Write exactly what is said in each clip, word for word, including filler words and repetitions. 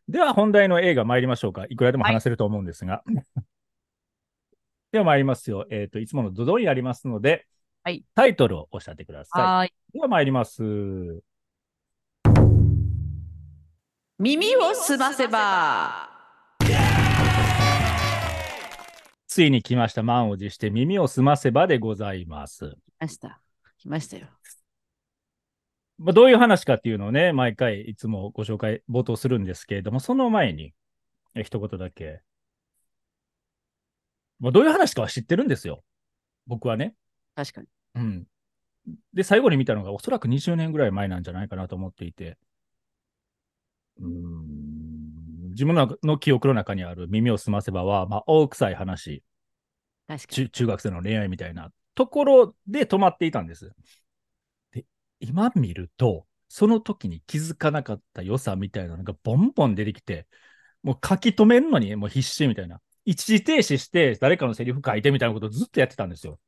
では本題の映画参りましょうか。いくらでもはい。 話せると思うんですが。では参りますよ。えっ、と、いつものドドンやりますので、 はい。 タイトルをおっしゃってください。 はーい。 では参ります。 耳をすませば。 ついに来ました。満を持して耳をすませばでございます。 来ました。来ましたよ。 まあ、どういう話かっていうのをね、毎回いつもご紹介、冒頭するんですけれども、その前に、え一言だけ、まあ、どういう話かは知ってるんですよ。僕はね。 確かに。 うん。で、最後に見たのがおそらくにじゅうねんぐらい前なんじゃないかなと思っていて、うーん自分の記憶の中にある耳をすませばは、まあ、大臭い話、 確かに。 中、中学生の恋愛みたいなところで止まっていたんです。で、今見ると、その時に気づかなかった良さみたいなのがボンボン出てきて、もう書き留めるのにもう必死みたいな。一時停止して誰かのセリフ書いてみたいなことをずっとやってたんですよ。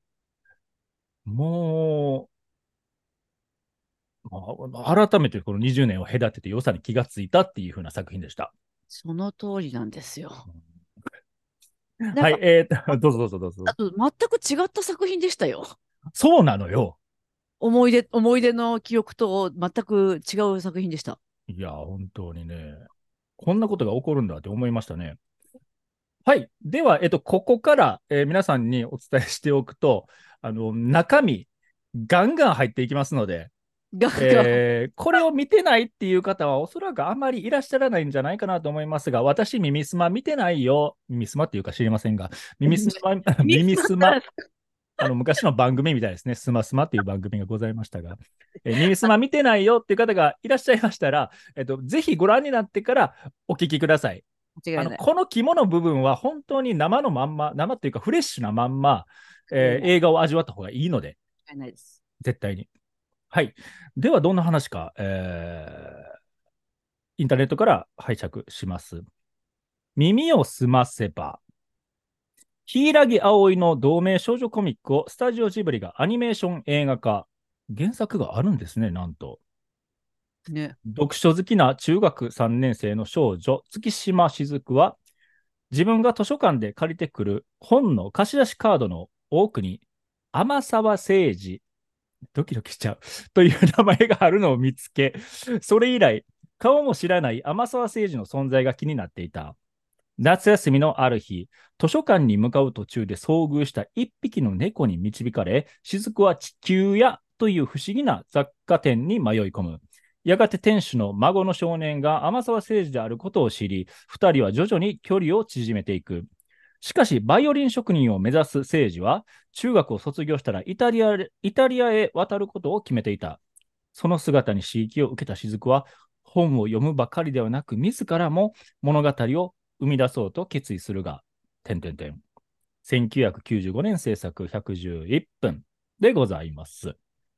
もう、まあ、改めてこのにじゅうねんを隔てて良さに気がついたっていう風な作品でした。 その通りなんですよ。なんはい、 か、 えー、どうぞどうぞどうぞ。 あと全く違った作品でしたよ。 そうなのよ。 思い出、思い出の記憶と全く違う作品でした。 いや、本当にね、こんなことが起こるんだって思いましたね。はい。では、えっと、ここから、えー皆さんにお伝えしておくと、あの、中身、ガンガン入っていきますので、 が、が、 えーこれを見てないっていう方は、おそらくあまりいらっしゃらないんじゃないかなと思いますが、私、耳すま見てないよ。耳すまっていうか知りませんが、耳すま、 ミス耳すま、 マンあの、昔の番組みたいですね。スマスマっていう番組がございましたが、えー耳すま見てないよっていう方がいらっしゃいましたら、えっと、ぜひご覧になってからお聞きください。あの、 間違いない。 この肝の部分は本当に生のまんま、生っていうかフレッシュなまんま、えー間違いない。 映画を味わった方がいいので、 間違いないです。 絶対に。はい。では、どんな話か、えーインターネットから拝借します。耳をすませば、柊葵の同名少女コミックをスタジオジブリがアニメーション映画化。原作があるんですね、なんと。 ね。 読書好きな中学さんねん生の少女、月島雫は、自分が図書館で借りてくる本の貸し出しカードの多くに、天沢誠二、ドキドキしちゃう、という名前があるのを見つけ、それ以来、顔も知らない天沢誠二の存在が気になっていた。夏休みのある日、図書館に向かう途中で遭遇した一匹の猫に導かれ、雫は地球屋という不思議な雑貨店に迷い込む。やがて店主の孫の少年が天沢誠二であることを知り、二人は徐々に距離を縮めていく。しかし、バイオリン職人を目指す誠二は、中学を卒業したらイタリアイタリアへ渡ることを決めていた。その姿に刺激を受けた雫は、本を読むばかりではなく、自らも物語を生み出そうと決意するが、点々点。せんきゅうひゃくきゅうじゅうごねん制作ひゃくじゅういっぷんでございます。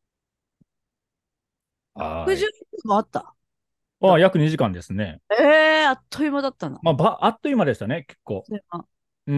は 60 い。 分もあった。 ああ、 だ。 約にじかんですね。 ええー、あっという間だったな。 まあ、ばあっという間でしたね、結構。 であ、 うん。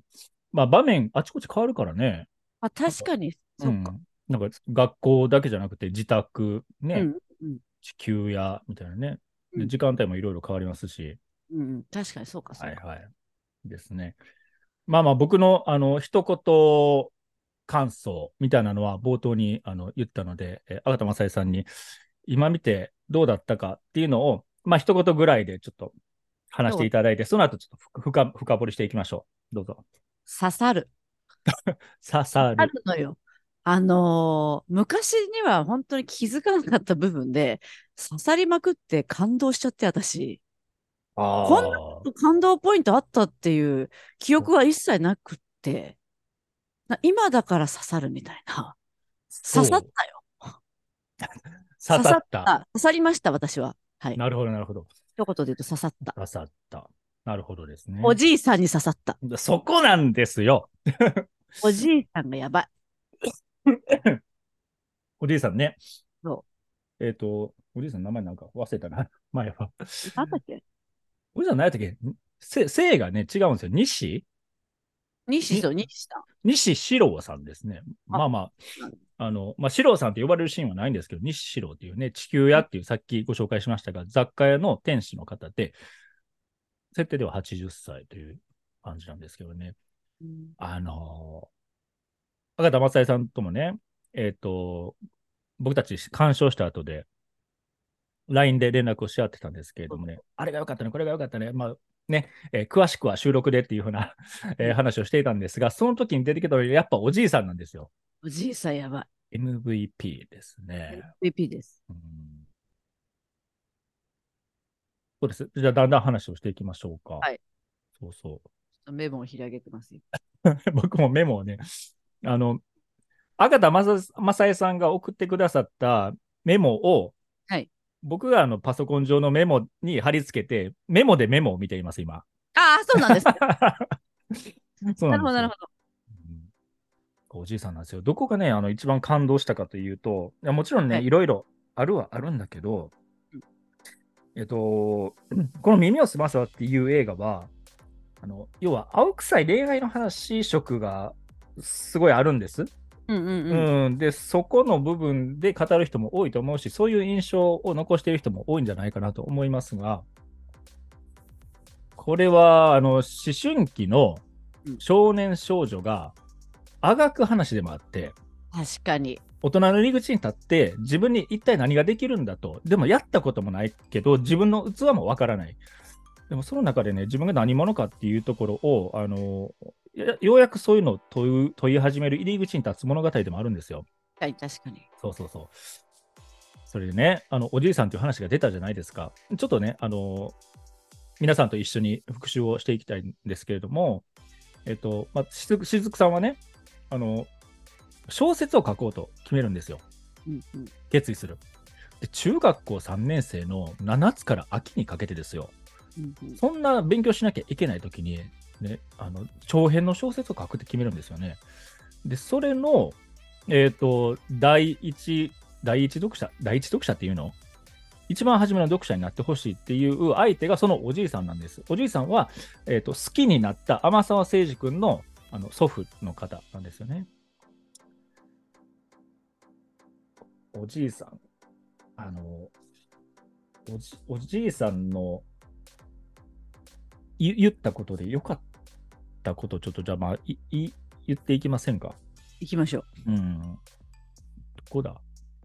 まあ、場面、あちこち変わるからね。 あ、 なんか、 確かに、そっか。 うん。なんか、学校だけじゃなくて、自宅、ね、 うん、うん、 地球屋みたいなね。で、 うん、 時間帯もいろいろ変わりますし。 うん、確かに、そうか、そうか。 はいはい。ですね。まあまあ、僕の、あの、一言感想みたいなのは冒頭にあの言ったので、えー、新田正恵さんに今見てどうだったかっていうのを、まあ一言ぐらいでちょっと話してそう、 いただいて、その後ちょっと深深掘りしていきましょう。どうぞ。 刺さる。刺さ刺さる。 るのよ。あのー昔には本当に気づかなかった部分で、刺さりまくって感動しちゃって、私。こんああ、 な感動ポイントあったっていう記憶は一切なくって、な今だから刺さるみたいな。刺さっそう。 たよ。 刺刺ささった。 った。刺さりました、私は。はい。 なるほど、なるほど。 一言で言うと刺さった。 刺さった。なるほどですおね。 じいさんに刺さった。 そこなんですよ。 おじいさんがやばい。 おじいさんね。 そえっ、と、おじいさんの名前なんか忘れたな。前は。 う。なんだっけ。 おじいさん何やったっけせ、姓がね、違うんですよ。西に、 西と西さん。 西四郎さんですね。 あ、 まあまあ、あの、まあ、四郎さんって呼ばれるシーンはないんですけど、西四郎っていうね、地球屋っていうさっきご紹介しましたが、雑貨屋の店主の方で、 設定でははちじゅっさいという感じなんですけどね。 うん、 あのー、赤田正恵さんともね、えっ、と、僕たち鑑賞した後で、ライン で連絡をし合ってたんですけれどもね、あれが良かったね、これが良かったね、まあね、えー詳しくは収録でっていうふうなえーうん。 話をしていたんですが、その時に出てきたのはやっぱおじいさんなんですよ。 おじいさんやばエムブイピー ですい。 ね。 エムブイピー です。 うん、そうです。じゃあ、だんだん話をしていきましょうか。 はい。ちそうそょっとメモを開けてますよ。 う。僕もメモをね、あの、赤田正正恵さんが送ってくださったメモを、 はい。 僕があのパソコン上のメモに貼り付けて、メモでメモを見ています、今。 ああ、そうなんですね。 そうなるほど、 なんですよ。 なるほど。 うん、おじいさんなんですよ。どこがね、あの一番感動したかというと、いやもちろんね、 はい。 いろいろあるはあるんだけど、 うん、 えっと、この耳をすませばっていう映画は、あの要は青臭い恋愛の話色がすごいあるんです。 うんうんうん。 うん、で、そこの部分で語る人も多いと思うし、そういう印象を残している人も多いんじゃないかなと思いますが、これはあの思春期のうん、 少年少女があがく話でもあって、 確かに。 大人の入り口に立って自分に一体何ができるんだと、でもやったこともないけど、自分の器もわからない。でもその中でね、自分が何者かっていうところを、あのようやくそういうのを問い問い始める入り口に立つ物語でもあるんですよ。 はい、確かに。 そうそうそう。それでね、あのおじいさんという話が出たじゃないですか。ちょっとね、あの皆さんと一緒に復習をしていきたいんですけれども、えっと、まあ、しずくしずくさんはね、あの小説を書こうと決めるんですよ。 うんうん。 決意する。で、中学校さんねん生のしがつから秋にかけてですよ。 うんうん。 そんな勉強しなきゃいけないときに、ね、あの長編の小説を書くって決めるんですよね。で、それの、えっ、と、第一、第一読者、第一読者っていうの一番初めの読者になってほしいっていう相手がそのおじいさんなんです。おじいさんは、えーと、好きになった天沢誠司君のあの祖父の方なんですよね。おじいさん、あの、おじおじいさんのい言ったことでよかったこと、ちょっとじゃあ、まあ、いい言っていきませんか。 行きましょう。 うん。どこだ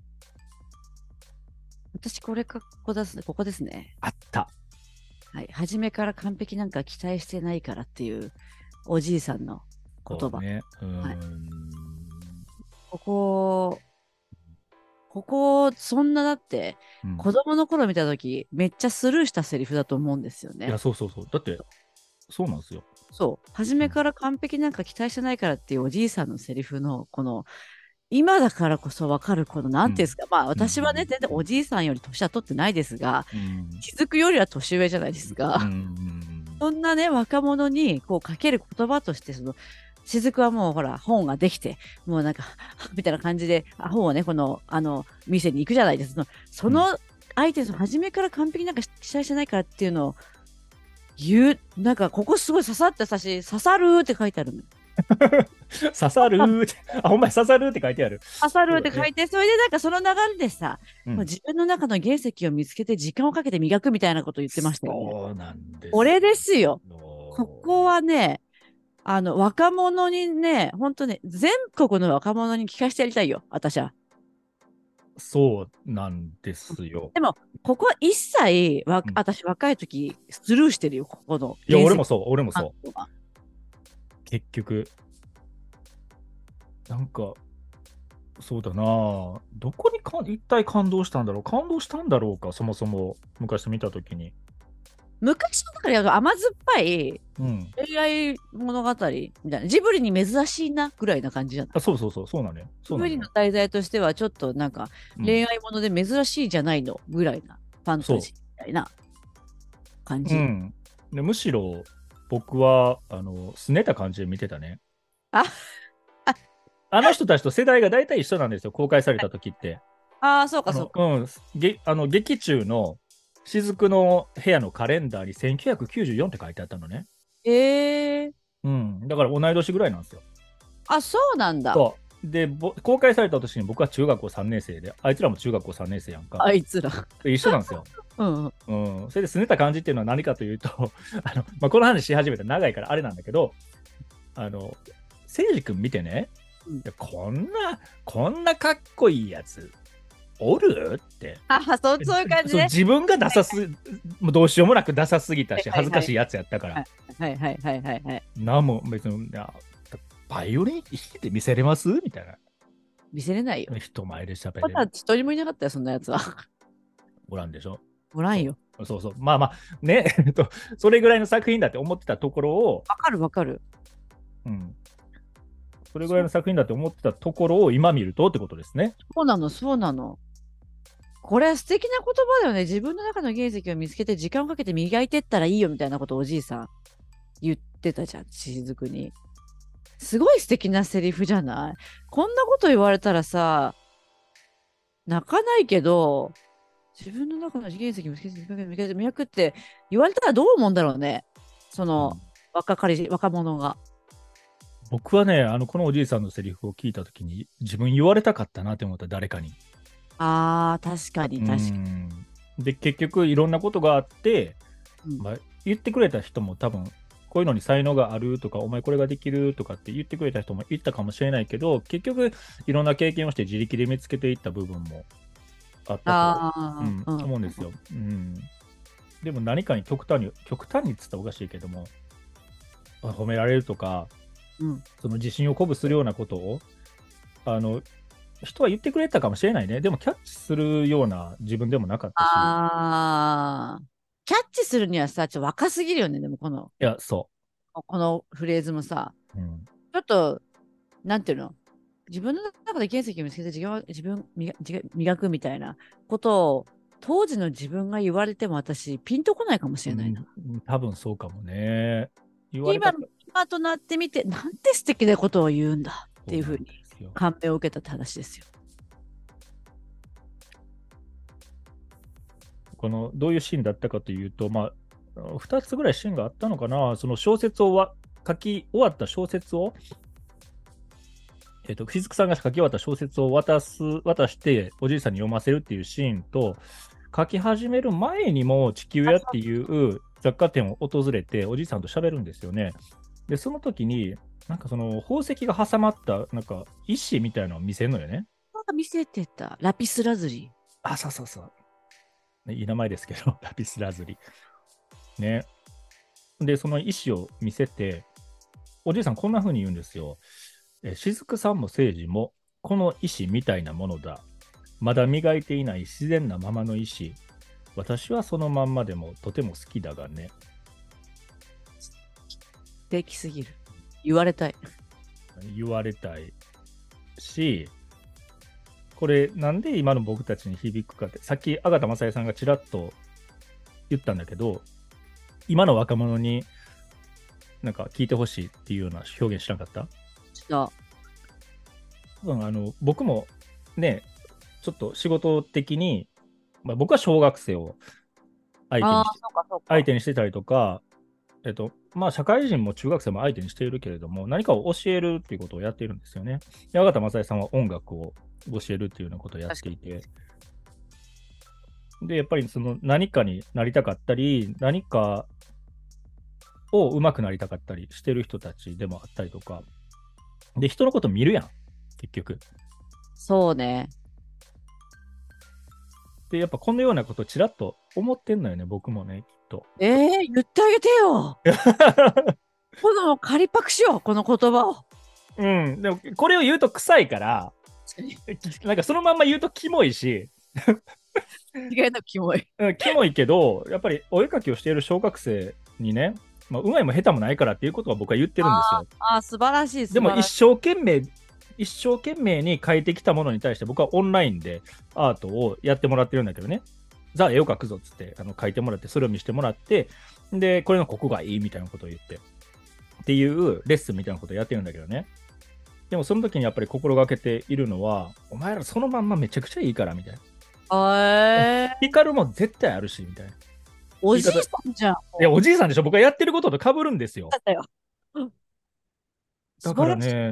私、これか、ここですね。ここですね。 あった。 はい。初めから完璧なんか期待してないからっていうおじいさんの言葉。 そうね。うはい。 ん。 ここ、ここ、そんなだって、 うん。 子供の頃見たとき、めっちゃスルーしたセリフだと思うんですよね。 いや、そうそうそう。だって、そうなんですよ。 そう。初うん。 めから完璧なんか期待してないからっていうおじいさんのセリフの、この、今だからこそわかる、この、なうん。 んていうんですか、まあうん。 私はね、全然おじいさんより年は取ってないですが、 うん。 雫よりは年上じゃないですうん。うか。 ん。 そんなね、若者にこうかける言葉として、その、雫はもうほら、本ができて、もうなんか、みたいな感じで、あ本をね、この、あの、店に行くじゃないですか。そうん。 の相手、その初めから完璧なんか期待してないからっていうのを言う、なんか、ここすごい刺さったし、刺さるって書いてあるの。 刺さるーって、あ、ほんまに刺さるって書いてある。 刺さるそうだね。 って書いて、それでなんかその流れでさ、 うん。 もう自分の中の原石を見つけて時間をかけて磨くみたいなことを言ってましたよね。 そうなんですこれですよ。ここよ。 はね、あの、若者にね、本当ね、全国の若者に聞かせてやりたいよ、私は。 そうなんですよ。 でも、ここは一切わ、 うん。 私若い時スルーしてるよ、ここのいや、 原石俺もそう、俺もそう。 感想は。 結局、なんか、そうだな。どこにか一体感動したんだろう。感動したんだろうか、そもそも昔見たときに。 昔のだからやると甘酸っぱいうん。 恋愛物語みたいな、ジブリに珍しいなぐらいな感じじゃない？ あ、そうそうそう、そうなのよ。 ジブリのそうなのよ。 題材としてはちょっとなんかうん。 恋愛もので珍しいじゃないのぐらいなファンタそジーみたいな感う。うじ。 ん。でむしろ、僕は、あの、拗ねた感じで見てたね。 あ、 あの人たちと世代が大体一緒なんですよ、公開された時って。 ああ、そうかあの、 そうか。 うん、げあの劇中の雫の部屋のカレンダーにせんきゅうひゃくきゅうじゅうよんって書いてあったのね。 ええー、 うん。だから同い年ぐらいなんですよ。 あ、そうなんだ。 そう。 で、公開された年に僕は中学校さんねん生で、あいつらも中学校さんねん生やんか。 あいつら。 一緒なんですよ。うん、うん。それで拗ねた感じっていうのは何かというと、あの、まあ、この話し始めたら長いからあれなんだけど、あの、せいじ君見てね、うん、こんな、こんなかっこいいやつ、おるって。 あ、そう、そういう感じね。 自分がダサす、はいはい、どうしようもなくダサすぎたし、恥ずかしいやつやったから。 はいはいはいはいはい。 なんも別に、バイオリン弾いて見せれますみたいな。 見せれないよ。 人前で喋れる。まだ一人もいなかったよ、そんなやつは。 おらんでしょ。 おらんよ。 そうそうそう。まあまあ、ね、それぐらいの作品だって思ってたところを。 わかるわかる。 うん。それぐらいの作品だって思ってたところを今見るとってことですね。 そうなの、そうなの。これは素敵な言葉だよね。自分の中の原石を見つけて時間をかけて磨いてったらいいよみたいなことをおじいさん言ってたじゃん、しずくに。すごい素敵なセリフじゃない？こんなこと言われたらさ、泣かないけど、自分の中の原石を見つけて時間をかけて磨いて磨くって言われたらどう思うんだろうね。その、うん、若かり若者が。 僕はね、あのこのおじいさんのセリフを聞いたときに自分言われたかったなって思った、誰かに。 あー、確かに確かに。で、結局いろんなことがあって、うん、まあ、言ってくれた人も多分こういうのに才能があるとか、お前これができるとかって言ってくれた人もいたかもしれないけど、結局いろんな経験をして自力で見つけていった部分もあったと、うんうん、思うんですよ、うん。でも何かに極端に、極端にっつったらおかしいけども、褒められるとか、うん、その自信を鼓舞するようなことを、あの、人は言ってくれたかもしれないね。でもキャッチするような自分でもなかったし。 ああ。キャッチするにはさ、ちょっと若すぎるよね、でもこの。 いや、そう。 このフレーズもさ、 うん、 ちょっと、なんていうの、自分の中で原石を見つけて自分自分磨くみたいなことを、当時の自分が言われても私、ピンとこないかもしれないな。 うん、多分そうかもね。 言われた今、今となってみて、なんて素敵なことを言うんだっていうふうに感銘を受けたって話ですよ。 このどういうシーンだったかというと、まあ、ふたつぐらいシーンがあったのかな。その小説をわ書き終わった小説を、えっと、しずくさんが書き終わった小説を渡す、渡しておじいさんに読ませるっていうシーンと、書き始める前にも地球屋っていう雑貨店を訪れておじいさんと喋るんですよね。で、その時に、なんかその宝石が挟まったなんか石みたいなのを見せるのよね。 見せてた。ラピスラズリ。 あ、そうそうそう。ね、いい名前ですけど、ラピスラズリ。ね。で、その石を見せて、おじいさんこんな風に言うんですよ。え、しずくさんもせいじも、この石みたいなものだ。まだ磨いていない自然なままの石。私はそのまんまでもとても好きだがね。 素敵すぎる。言われたい。 言われたいし、これなんで今の僕たちに響くかって、さっき阿形雅恵さんがちらっと言ったんだけど、今の若者になんか聞いてほしいっていうような表現しなかった？ した多分あの僕もね、ちょっと仕事的に、まあ、僕は小学生を相手にして相手にしてたりとか、えっとまあ、社会人も中学生も相手にしているけれども、何かを教えるっていうことをやっているんですよね。で、阿形雅恵さんは音楽を教えるっていうようなことをやっていて、で、やっぱりその何かになりたかったり、何かを上手くなりたかったりしてる人たちでもあったりとか、で、人のこと見るやん、結局。 そうね。 で、やっぱこのようなことをちらっと思ってんのよね、僕もね、きっと。 えー、言ってあげてよ。この仮パクしよう、この言葉を。 うん、でもこれを言うと臭いから、なんかそのまんま言うとキモいし。 意外とキモい。 キモいけど、やっぱりお絵描きをしている小学生にね、まあ、うまいも下手もないからっていうことは僕は言ってるんですよ。 ああ、素晴らしい。 でも一生懸命、一生懸命に描いてきたものに対して僕はオンラインでアートをやってもらってるんだけどね。ザ・絵を描くぞっつってあの描いてもらって、それを見せてもらって、で、これのここがいいみたいなことを言って、っていうレッスンみたいなことをやってるんだけどね。でもその時にやっぱり心がけているのは、お前らそのまんまめちゃくちゃいいからみたいな。 えー、 ヒカルも絶対あるしみたいな。 おじいさんじゃん。 いや、おじいさんでしょ。僕がやってることと被るんですよ。 だったよ。 だからね、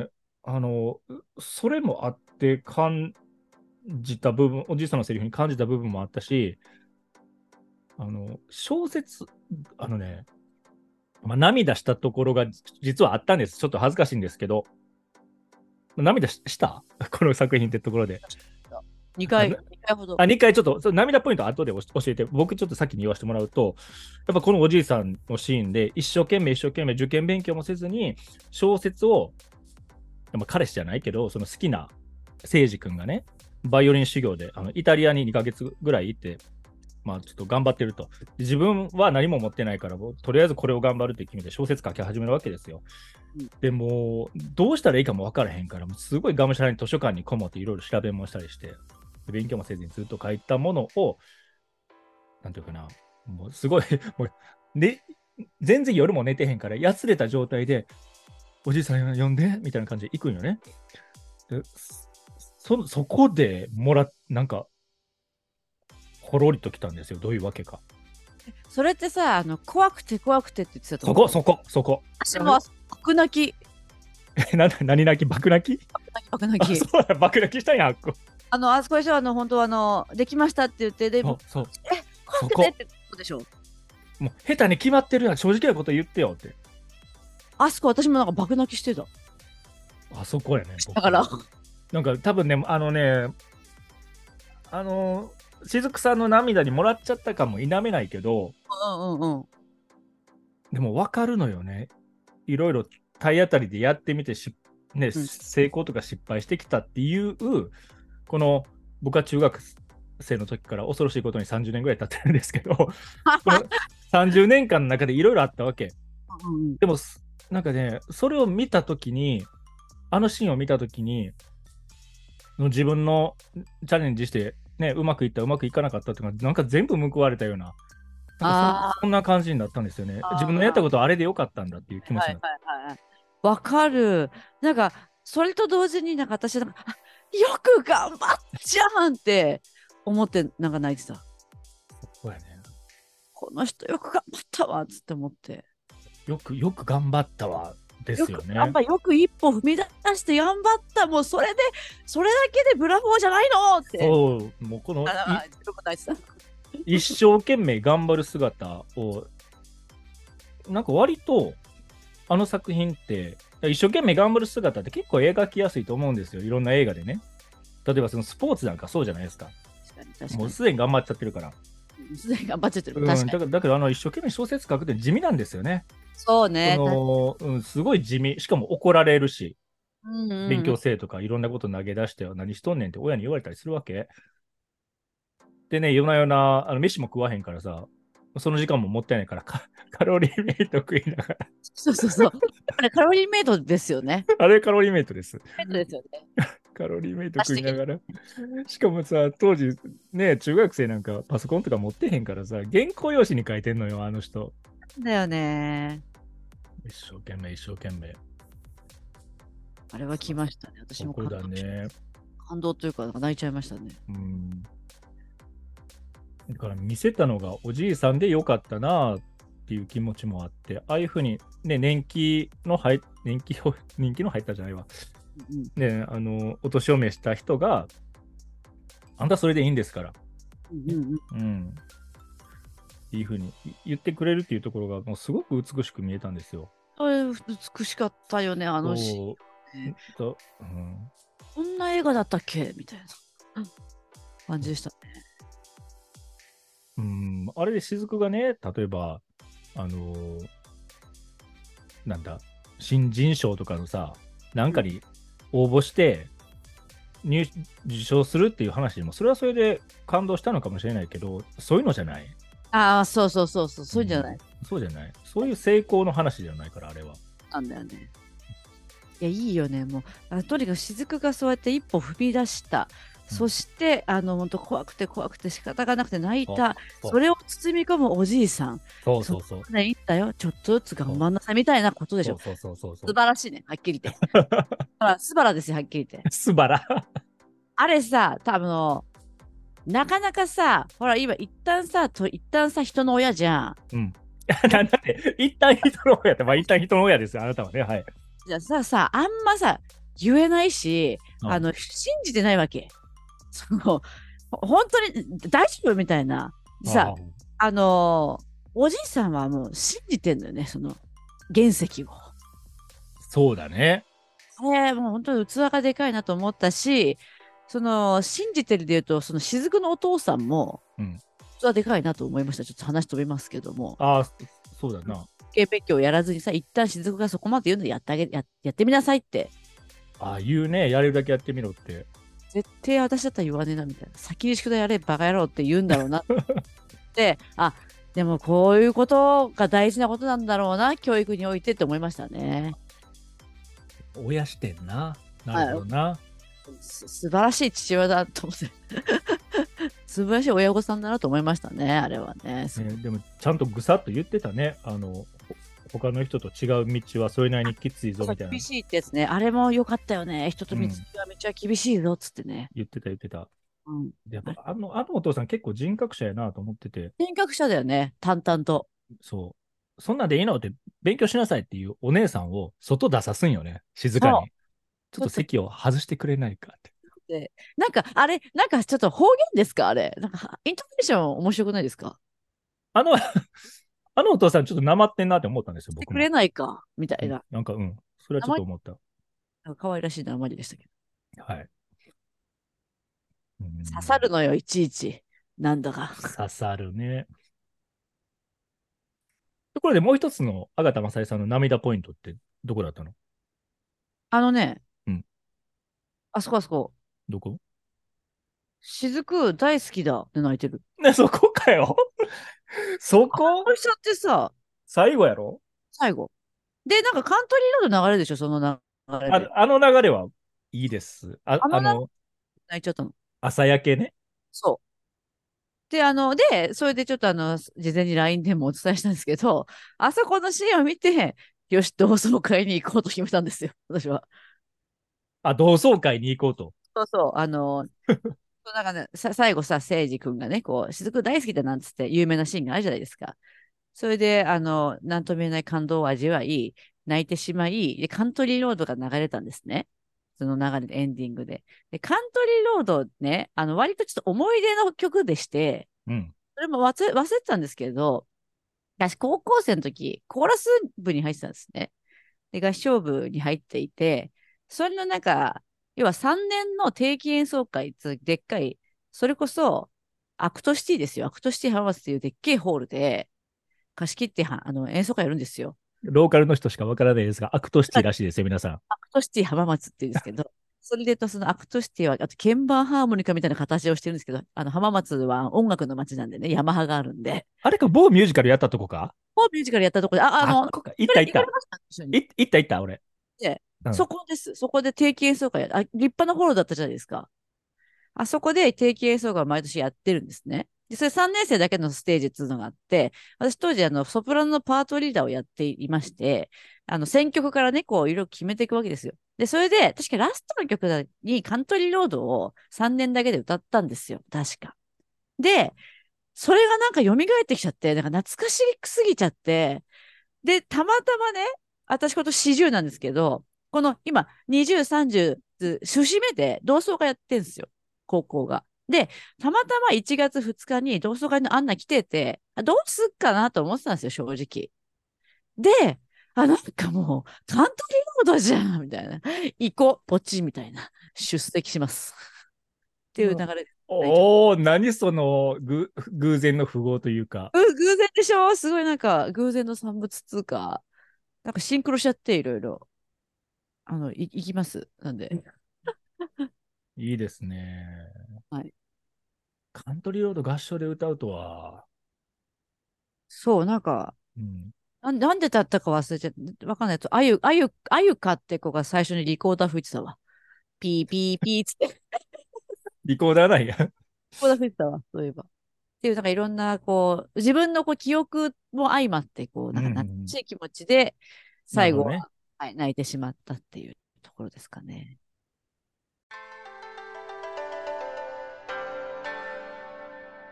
あの、それもあって感じた部分、おじいさんのセリフに感じた部分もあったし、あの、小説、あのね、まあ、涙したところが実はあったんです。ちょっと恥ずかしいんですけど、涙ししたこの作品ってところで。 にかい、 なにかいほど。 あ、にかいちょっと、その涙ポイントは後で教えて、僕ちょっと先に言わせてもらうと、やっぱこのおじいさんのシーンで、一生懸命一生懸命受験勉強もせずに、小説を、まあ、彼氏じゃないけど、その好きな誠司君がね、バイオリン修行であのイタリアににかげつぐらい行って、まあちょっと頑張ってると。自分は何も持ってないから、とりあえずこれを頑張るって決めて小説書き始めるわけですよ。 うんでも、どうしたらいいかも分からへんから、もうすごいがむしゃらに図書館にこもっていろいろ調べもしたりして、勉強もせずにずっと書いたものを、なんていうかな、もうすごい、もう、ね、全然夜も寝てへんから、やつれた状態で、おじいさん呼んでみたいな感じで行くんよね。でそそこでもらっ、なんか、ほろりときたんですよ。どういうわけか。 それってさ、あの怖くて怖くてって言ってたとそこ、 思う。 そこ、そこ。 私も爆泣き、 えな何泣き爆泣き爆泣き。 そうだ、爆泣きしたんや、あっこ。 あの、あそこでしょ、あの、本当はあの、できましたって言って、で、 そう、そう。 え、怖くてってことでしょ。 もう、下手に決まってるやん。正直なこと言ってよって。 あそこ私もなんか爆泣きしてた。 あそこやね。 だから。 なんか多分ね、あのね、あの、雫さんの涙にもらっちゃったかも否めないけど、 うんうんうん。 でも分かるのよね。いろいろ体当たりでやってみてし、ね、 うん成功とか失敗してきたっていう、この僕は中学生の時から恐ろしいことにさんじゅうねんぐらい経ってるんですけど、このさんじゅうねんかんの中でいろいろあったわけ。 うんうん、 でも、なんかね、それを見た時に、あのシーンを見た時に、自分のチャレンジして、ね、うまくいった、うまくいかなかったっていうのが、なんか全部報われたような、なんか そ, そんな感じになったんですよね。自分のやったことはあれでよかったんだっていう気持ちになった。 はいはいはい。わかる。なんか、それと同時になんか私なんか、よく頑張っちゃんって思って、なんか泣いてた。 そうやね。 この人よく頑張ったわっつって思って。 よく、よく頑張ったわ。ですよね。 よく、よく一歩踏み出して頑張った。もうそれで、それだけでブラボーじゃないのって。 そう、もうこの一生懸命頑張る姿を、なんか割と、あの作品って、一生懸命頑張る姿って結構描きやすいと思うんですよ。いろんな映画でね。例えばそのスポーツなんかそうじゃないですか。 確かに確かにもうすでに頑張っちゃってるから。 すでに頑張っちゃってる。 うん、 確かに。 だからだけどあの一生懸命小説書くって地味なんですよね。 そうね。 のうん、すごい地味。しかも怒られるし、 うんうんうん、 勉強せえとかいろんなこと投げ出しては何しとんねんって親に言われたりするわけ。でね、夜な夜なあの飯も食わへんからさ、その時間ももったいないからカ、カロリーメイト食いながら。 そうそうそう。あれカロリーメイトですよね。 あれカロリーメイトです。 メイトですよね。 カロリーメイト食いながら。しかもさ、当時ね、中学生なんかパソコンとか持ってへんからさ、原稿用紙に書いてんのよ、あの人。 だよね。 一生懸命、一生懸命。 あれは来ましたね。私もここだね。 感動というか、なんか泣いちゃいましたね。 うん。だから見せたのがおじいさんでよかったなっていう気持ちもあって、ああいうふうに、ね、年季の入年季を人気の入ったじゃないわ。うん、ね、あの、お年を召した人が、あんたそれでいいんですから。 うんうんうん。 うん。いいふうに言ってくれるっていうところが、もうすごく美しく見えたんですよ。 美しかったよね、あのシーン、ねうん。こんな映画だったっけみたいな感じでしたね。 うん、あれで雫がね、例えば、あのー、なんだ、新人賞とかのさ、なんかに応募して入、受賞するっていう話でも、それはそれで感動したのかもしれないけど、そういうのじゃない。 ああ、そうそうそうそう、そういうんじゃない、 うん。そうじゃない。そういう成功の話じゃないから、あれは。 なんだよね。いや、いいよね、もう。あとにかく雫がそうやって一歩踏み出した。そして、あの、本当怖くて怖くて仕方がなくて泣いた。それを包み込むおじいさん。 そうそうそう。 そね、いいんだよ。ちょっとずつ頑張んなさいみたいなことでしょ。 そうそうそうそう。 素晴らしいね、はっきり言って。素晴らですよ、はっきり言って。 素晴ら。 あれさ、多分なかなかさ、ほら、今、一旦さ、と一旦さ、人の親じゃん。 うん。なんだって、一旦人の親って、まあ、一旦人の親ですよ、あなたはね。はい。 じゃあさ、さ、あんまさ、 言えないし、ああの、信じてないわけ。その、本当に大丈夫みたいな。でさ、 あ、 あのーおじいさんはもう信じてんのよね、その原石を。 そうだね。 あれ、もう本当に器がでかいなと思ったし、その、信じてるで言うと、その雫のお父さんもうん。 器でかいなと思いました。ちょっと話飛びますけども。 ああ、そそうだな。 受験勉強をやらずにさ、一旦雫がそこまで言うのでやってあげ、や、やってみなさいって。 ああ、言うね。やれるだけやってみろって。 絶対私だったら言わねえなみたいな。先に宿題やれ、バカ野郎って言うんだろうなって、あ、でもこういうことが大事なことなんだろうな、教育においてって思いましたね。 親視点な。なるほはい、 どな。 す素晴らしい父親だと思って、素晴らしい親御さんだなと思いましたね、あれはね。すごね、 いでも、ちゃんとぐさっと言ってたね。あの、ほ他の人と違う道はそれなりにきついぞみたいな。 厳しいってやつね。あれも良かったよね。人と道うん。 は道は厳しいぞっつってね。 言ってた言ってた。 うん。 で、やっぱあれあの、あのお父さん結構人格者やなと思ってて、 人格者だよね。淡々と。 そう。そんなんでいいのって勉強しなさいっていうお姉さんを外出さすんよね。静かそに。ちょっう。ちょっとと席を外してくれないかって。 で、なんか、あれ、なんかちょっと方言ですかあれ。なんか、イントネーション面白くないですか？ あの、あのお父さんちょっとなまってんなって思ったんですよ、僕も。 してくれないかみたうん。 いな。 なんか、うん。それはちょっ名前、 と思った。 なんか可愛らしい名前でしたけど。 はい。うん。 刺さるのよ、いちいち。なんだか。 刺さるね。ところでもう一つの阿形正恵さんの涙ポイントってどこだったの？ あのね、 うん。 あそこあそこ。 どこ？ 雫大好きだって泣いてる。 ね、そこかよ。そここれしちゃってさ、 最後やろ？ 最後。で、なんかカントリーロード流れるでしょ、その流れあ、 で。 あの流れはいいです。あ、 あの流れあの、 泣いちゃったの。 朝焼けね。 そう。で、あの、で、それでちょっとあの、事前に ライン でもお伝えしたんですけど、あそこのシーンを見て、よし、同窓会に行こうと決めたんですよ、私は。 あ、同窓会に行こうと。 そうそう、あの、なんかね、さ最後さ、誠司君がね、こう、雫大好きだなんつって有名なシーンがあるじゃないですか。それで、あの、なんとも言えない感動を味わい、泣いてしまい、で、カントリーロードが流れたんですね。その流れでエンディングで。で、カントリーロードね、あの、割とちょっと思い出の曲でして、 うん。 それも忘れ、忘れてたんですけど、私、高校生の時、コーラス部に入ってたんですね。で、合唱部に入っていて、それのなんか、要はさんねんの定期演奏会、つでっかい、それこそ、アクトシティですよ。アクトシティハマスっていうでっけえホールで、貸し切ってはあの演奏会やるんですよ。 ローカルの人しかわからないですが、アクトシティらしいですよ、皆さん。 アクトシティ浜松って言うんですけど、それで言うと、そのアクトシティは、あと鍵盤ハーモニカみたいな形をしてるんですけど、あの浜松は音楽の街なんでね、ヤマハがあるんで、 あれか、某ミュージカルやったとこか？ もうミュージカルやったところで、あ、あの、 あっこか。行った行った。 行かれました一緒に。 い行った行った、俺。 で、 うん。 そこです。そこで定期演奏会や、あ、立派なホールだったじゃないですか。あそこで定期演奏会を毎年やってるんですね。で、それさんねん生だけのステージっていうのがあって、私当時あのソプラノのパートリーダーをやっていまして、あの選曲からね、こういろいろ決めていくわけですよ。で、それで、確かラストの曲にカントリーロードをさんねんだけで歌ったんですよ。確か。で、それがなんか蘇ってきちゃって、なんか懐かしすぎちゃって、で、たまたまね、私今年よんじゅうなんですけど、この今にじゅう、さんじゅう、節目で同窓会やってんですよ。高校が。で、たまたまいちがつふつかに同窓会の案内来てて、あどうすっかなと思ってたんですよ、正直。で、あ、なんかもう、カントリーロードじゃんみたいな。行こう、ポチみたいな。出席します。っていう流れで泣いちゃう。 おー、何そのぐ偶然の符号というか。 う偶然でしょ？すごいなんか、偶然の産物っつうか、なんかシンクロしちゃって、いろいろ。あの、い、行きます。なんで。 いいですね。 はい。 カントリーロード合唱で歌うとは。 そう、なんか、 うん。 なん、なんでだったか忘れちゃった。わかんないと。あゆ、あゆ、あゆかって子が最初にリコーダー吹いてたわ。ピーピーピーつって。リリコーダーないや。 コーダー吹いてたわ。そういえば。っていう、なんかいろんな、こう、自分のこう記憶も相まって、こう、 うんなんか懐かうんうん。 しい気持ちで、 なるほどね。 最後は、はい、泣いてしまったっていうところですかね。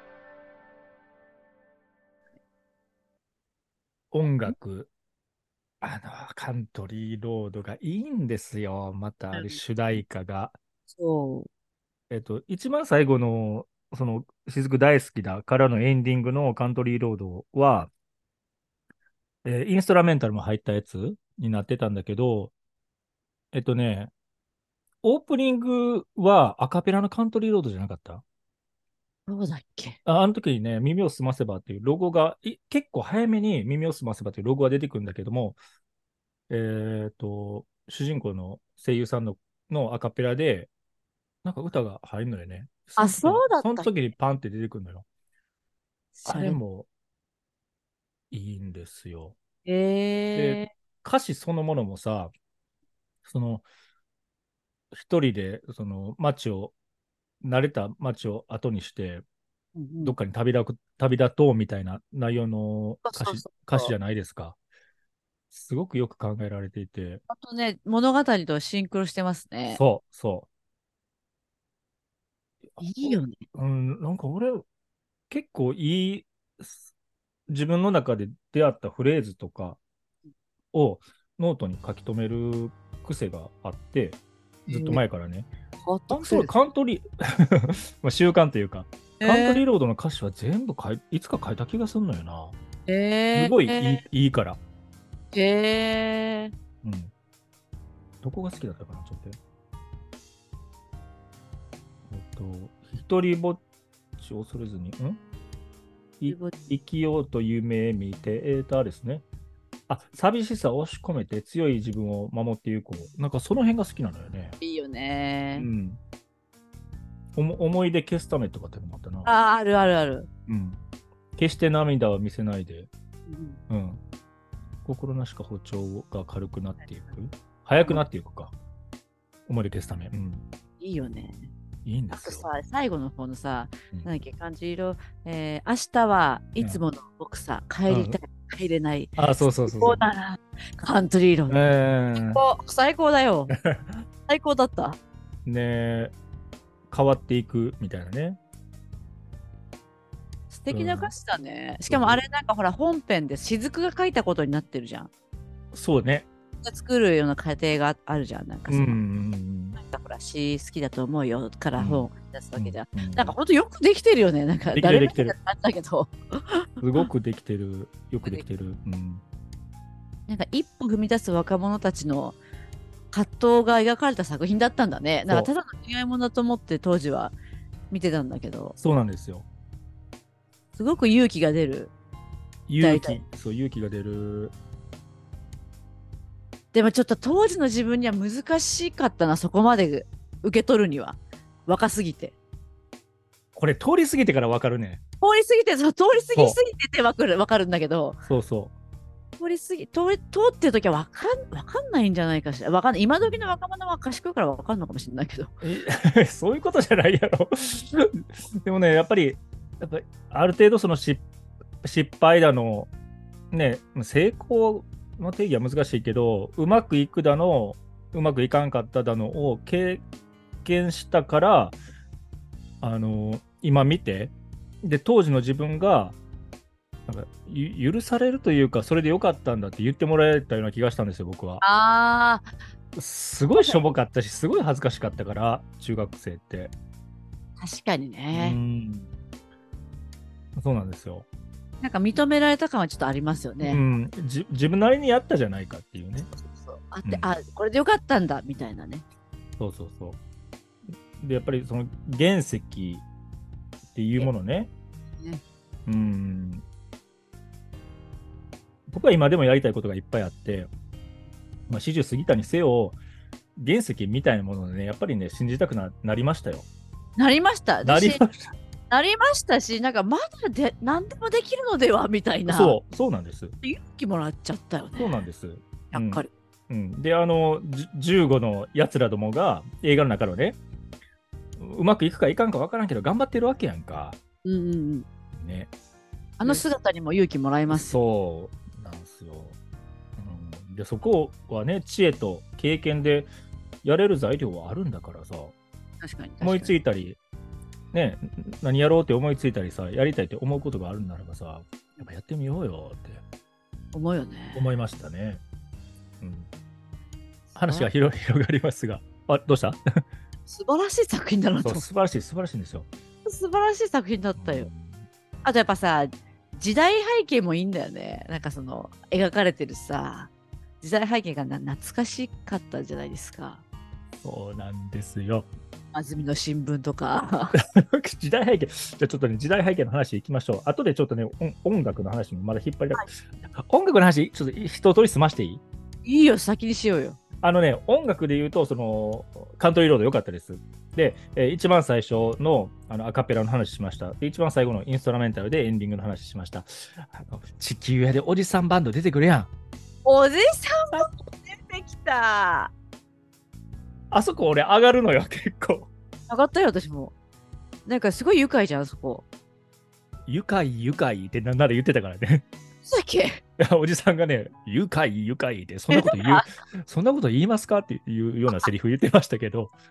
音ん楽。 あの、カントリーロードがいいんですよ。また、あれ、主題歌が。 そえっと、一番最後の、その、雫大好きだからのエンディングのカントリーロードは、えーインストラメンタルも入ったやつになってたんだけど、えっとね、オープニングはアカペラのカントリーロードじゃなかった？ う。そうだっけ。 あ、あの時にね、耳をすませばっていうロゴが、い結構早めに耳をすませばっていうロゴが出てくるんだけども、えっと、主人公の声優さんの、のアカペラで、なんか歌が入るのよね。そあ、 の時に、 そうだったっけ。 その時にパンって出てくるのよ。あ知らん。 れもいいんですよ。で、 え歌詞そのものもさ、その、一人で、その、街を、慣れた街を後にして、 ー、うんうん。 どっかに旅立く、旅立とうみたいな内容の歌詞、 そうそうそうそう。 歌詞じゃないですか。すごくよく考えられていて、 あとね、物語とシンクロしてますね。 そう、そう。 いいよね。 うん、なんか俺、結構いい、す自分の中で出会ったフレーズとかをノートに書き留める癖があって、ずっとえー、 前からね。 変わった本当は癖です。 カントリーまあ習慣というか、カントリーえロードの歌詞は全部書いいつか書いた気がするのよな。 ー、えすごいいいー、 いいから。 えー、 うん。どこが好きだったかな、ちょっと。えっと、一人ぼっちを恐れずに、んい生きようと夢見てたですね。あ、寂しさを押し込めて強い自分を守っていこう。なんかその辺が好きなのよね。 いいよね。 うん。おも思い出消すためとかってのもあったな。 あー、あるあるある。 うん。決して涙は見せないで。 うん、 うん。心なしか歩調が軽くなっていく。速くなっていくか。思い出消すため。うん。 いいよね。 いいんですよ。 あとさ、最後の方のさ、 うん。 なんだっけ、感じ色、えー、明日はいうん。 つもの僕さ、帰うん、 りたい、帰れない、 あ、そうそう最そうそう。 高だな、カントリーローえド。最ー、 高、最高だよ。最高だった。 ね、変わっていくみたいなね。 素敵な歌うん。 詞だね。しかもあそうれなんかほら本編で雫が書いたことになってるじゃん。 そうね。 作るような過程があるじゃん。なんかうん、うその、 ん、 なんかほら詩好きだと思うよから本をうん、 出すうん、 わけじゃん。 うん。 なんかほんとよくできてるよね。なんかできてる、 誰もできてる。 が感じだけど。 すごくできてる。よくできてでる。うん。 なんか一歩踏み出す若者たちの葛藤が描かれた作品だったんだね。なんかそう。 ただの恋愛ものだと思って当時は見てたんだけど、 そうなんですよ。 すごく勇気が出る歌いたい。 勇気、そう、勇気が出る。 でもちょっと当時の自分には難しかったな、そこまで受け取るには。若すぎて。 これ通り過ぎてからわかるね。 通り過ぎて、そう、通り過ぎそすぎててわかる、わかるんだけど、 う。そうそ通り過ぎ、通り、通ってる時はわかん、わかんないんじゃないかしら。わかんない。今時の若者は賢いからわかんのかもしれないけど。 う。えそういうことじゃないやろ。でもね、やっぱり、やっぱりある程度その失失敗だの、ね、成功の定義は難しいけど、うまくいくだの、うまくいかんかっただのを経験したから、あの、今見て、で、当時の自分が、なんかゆ許されるというか、それでよかったんだって言ってもらえたような気がしたんですよ、僕は。 ああ、 すごいしょぼかったし、すごい恥ずかしかったから、中学生って。 確かにうーね。 ん、そうなんですよ。 なんか認められた感はちょっとありますよね。 うん、じ自分なりにやったじゃないかっていうね。 そう。あって、 うん、 あ、これでよかったんだ、みたいなね。 そうそうそう。で、やっぱりその原石っていうものね。 ね。 うん、僕は今でもやりたいことがいっぱいあって、まあ、よんじゅう過ぎたにせよ、原石みたいなものをね、やっぱりね、信じたくな、なりましたよ。 なりました。 なり私、 ました。 なりましたし、なんかまだで何でもできるのではみたいなそう、そうなんです。 勇気もらっちゃったよね。 そうなんです。うん。 やっぱり。 うん、で、あの、じじゅうごのやつらどもが映画の中のね、うまくいくかいかんか分からんけど、頑張ってるわけやんか。 うんうんうん。 ね。 あので、 姿にも勇気もらいますよ。 そうなんですよ。うん、で、そこはね、知恵と経験でやれる材料はあるんだからさ、 確かに思い確かに。 ついたり、ね、何やろうって思いついたりさ、やりたいって思うことがあるんならばさ、やっぱやってみようよって思うよね。 思いましたね。 うん、話が広広がりますが、あ、どうした？ 素晴らしい作品だなと。 そう、素晴らしい、素晴らしいんですよ。 素晴らしい作品だったよ。 うん、 あとやっぱさ、時代背景もいいんだよね。なんかその描かれてるさ、時代背景がな懐かしかったじゃないですか。 そうなんですよ。 安住の新聞とか。 時代背景、じゃあちょっとね、時代背景の話いきましょう。後でちょっとね、音音楽の話もまだ引っ張りだ、はい、音楽の話、ちょっと一通り済ましていい？ いいよ、先にしようよ。 あのね、音楽で言うと、その、カントリーロード良かったです。で、えー、一番最初のあのアカペラの話しました。で、一番最後のインストラメンタルでエンディングの話しました。あの地球屋でおじさんバンド出てくるやん。 おじさんバンド出てきた。 あそこ俺上がるのよ、結構。 上がったよ、私も。なんかすごい愉快じゃん、そこ。 愉快、愉快ってなんなら言ってたからね。 そうだっけ？ おじさんがね、愉快、愉快って、そんなこと言う、そんなこと言いますかっていうようなセリフ言ってましたけど、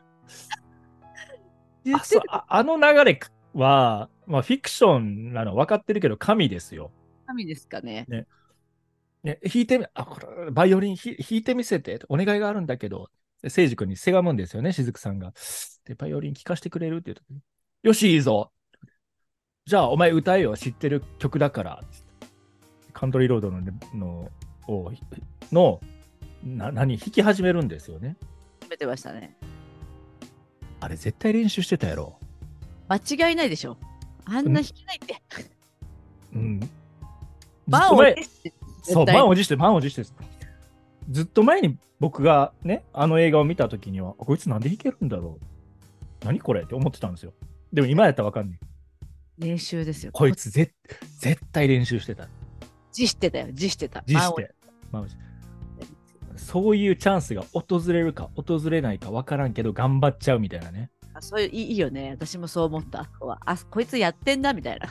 あそああの流れは、まあ、フィクションなの分かってるけど、神ですよ。 神ですかね。 ね、ね、弾いてみ、あ、これ、バイオリン弾いてみせて、お願いがあるんだけど、聖司君にせがむんですよね、雫さんが。で、バイオリン聴かせてくれるって言うと、よし、いいぞ。じゃあ、お前歌えよ、知ってる曲だから。カントリーロードの、の、をのな何、弾き始めるんですよね。 決めてましたね。 あれ、絶対練習してたやろ。 間違いないでしょ。あんな弾けないって。 うん。 満を持して。 そう、満を持して、満を持して。ずっと前に僕がね、あの映画を見たときには、こいつなんで弾けるんだろう。何これって思ってたんですよ。でも今やったらわかんない。 練習ですよ。 こいつ絶対練習してた。 自してたよ、自してた。 自して。満を持して。そういうチャンスが訪れるか訪れないか分からんけど頑張っちゃうみたいなね。 あ、そういういいよね。私もそう思った。あ、こいつやってんだみたいな。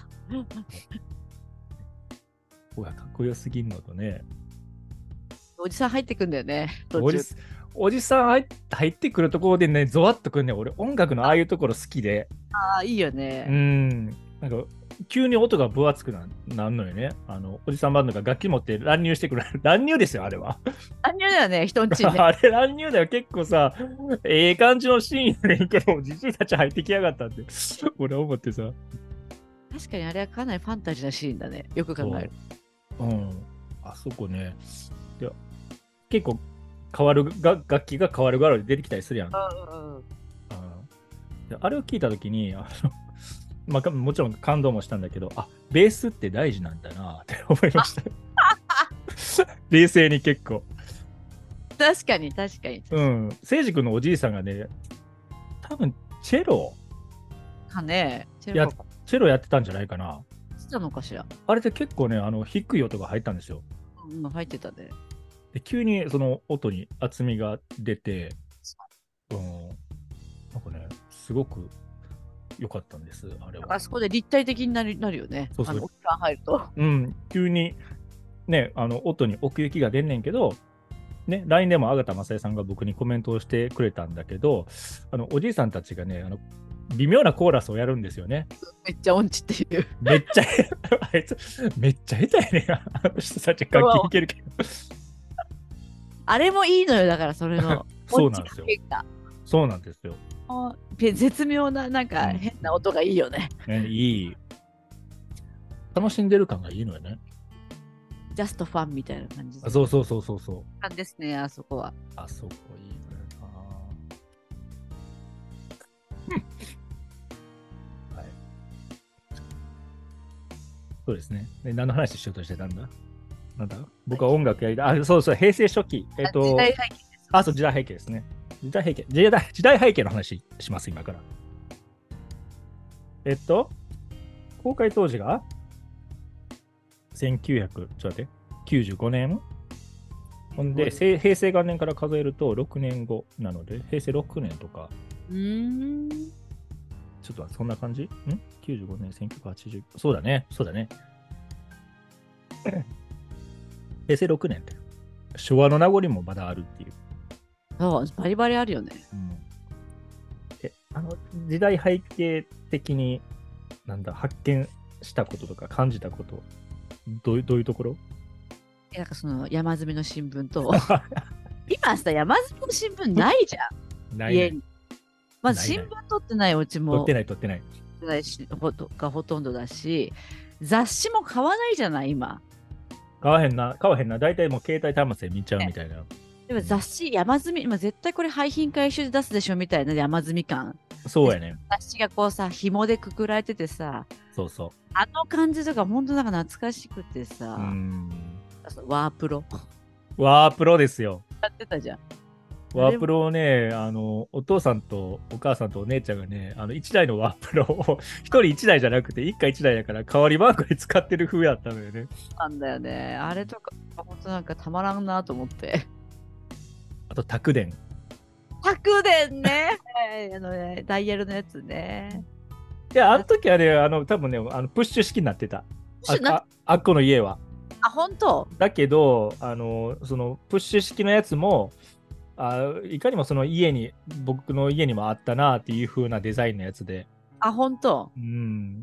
こがかっこよすぎんのとね。 おじさん入ってくんだよね。 おじおじさん入ってくるところでね、ゾワッとくんね。俺音楽のああいうところ好きで。 ああ、いいよね。 うん。なんか急に音が分厚くななんのよね。あの、おじさんバンドが楽器持って乱入してくる。乱入ですよ、あれは。 乱入だよね、人んち、ね。 あれ乱入だよ、結構さ、ええ感じのシーンやねんけど、じじいたち入ってきやがったって、俺思ってさ。 確かにあれはかなりファンタジーなシーンだね。よく考える。 う、うん。あそこね。で結構変わるが、楽器が変わる側で出てきたりするやん。うんうん、あれを聞いたときに、あのまあ、もちろん感動もしたんだけど、あ、ベースって大事なんだなって思いました。冷静に結構。 確かに、確かに。 うん。聖司君のおじいさんがね、多分チェロかね。 チェロやチェロやってたんじゃないかな。 したのかしら。 あれって結構ね、あの低い音が入ったんですよ。 うん、入ってたね。 で急にその音に厚みが出て、うん、なんかね、すごく良かったんです、あれは。 あそこで立体的になるなるよね。そうそう。あの、音が入ると。 うん、急にね、あの音に奥行きが出んねんけど、ね、ライン でも阿形正恵さんが僕にコメントをしてくれたんだけど、あのおじいさんたちがね、あの微妙なコーラスをやるんですよね。 めっちゃ音痴っていう。 めっちゃ、あいつ、めっちゃ下手やねん。あの人たち楽器弾けるけど。 あれもいいのよ、だからそれの。 そうなんですよ。そうなんですよ。 絶妙な、なんか変な音がいいよね。 うん、ね、いい。楽しんでる感がいいのよね。 ジャストファンみたいな感じ。 そうそうそうそうそう。 感ですね、あそこは。 あそこいいのよな。はい。そうですね。で何の話しようとしてたんだなんだ僕は音楽やりたい。あ、そうそう、平成初期。えっと、時代背景です。あ、そう、時代背景ですね。時代背景。時代時代背景の話します、今から。えっと、公開当時がせんきゅうひゃく、ちょっと待って、きゅうじゅうごねんほんで、平成元年から数えるとろくねんごなので、平成ろくねんとか。 うーん。 ちょっとそんな感じん ?きゅうじゅうご 年、せんきゅうひゃくはちじゅう。そうだね、そうだね。平成ろくねんって。昭和の名残もまだあるっていう。 そう、バリバリあるよね。 うん、え、あの、時代背景的に、なんだ、発見したこととか感じたこと、どういう、どういうところ？ なんかその山積みの新聞と今さ山積みの新聞ないじゃんないない。 家に。まずないない新聞取ってないお家取もってない取ってない。 ないしほとがほとんどだし、雑誌も買わないじゃない今。 買わへんな、買わへんな。大体もう携帯端末で見ちゃうみたいな。 でも雑誌山積み、まあ、絶対これ廃品回収で出すでしょみたいな山積み感。 そうやね。 雑誌がこうさ紐でくくられててさ、 そうそあの感じとか本当なんか懐かしくてさ、 う。うん。 ワープロワープロですよ。 やってたじゃん。 ワープロをね、あの、お父さんとお母さんとお姉ちゃんがね、あの、いちだいのワープロを、ひとりいちだいじゃなくて、一家いちだいだから、代わりバンクで使ってる風やったのよね。 なんだよね。あれとか、本当なんかたまらんなと思って。 あと、タク電。 タク電ね。はいあのね、ダイヤルのやつね。 いや、あの時はね、あの、多分ね、あのプッシュ式になってた。 プッシュなあああっこの家は。 あ、本当だけど、あの、その、プッシュ式のやつも、あいかにもその家に、僕の家にもあったなっていう風なデザインのやつで、 あ、本当うん、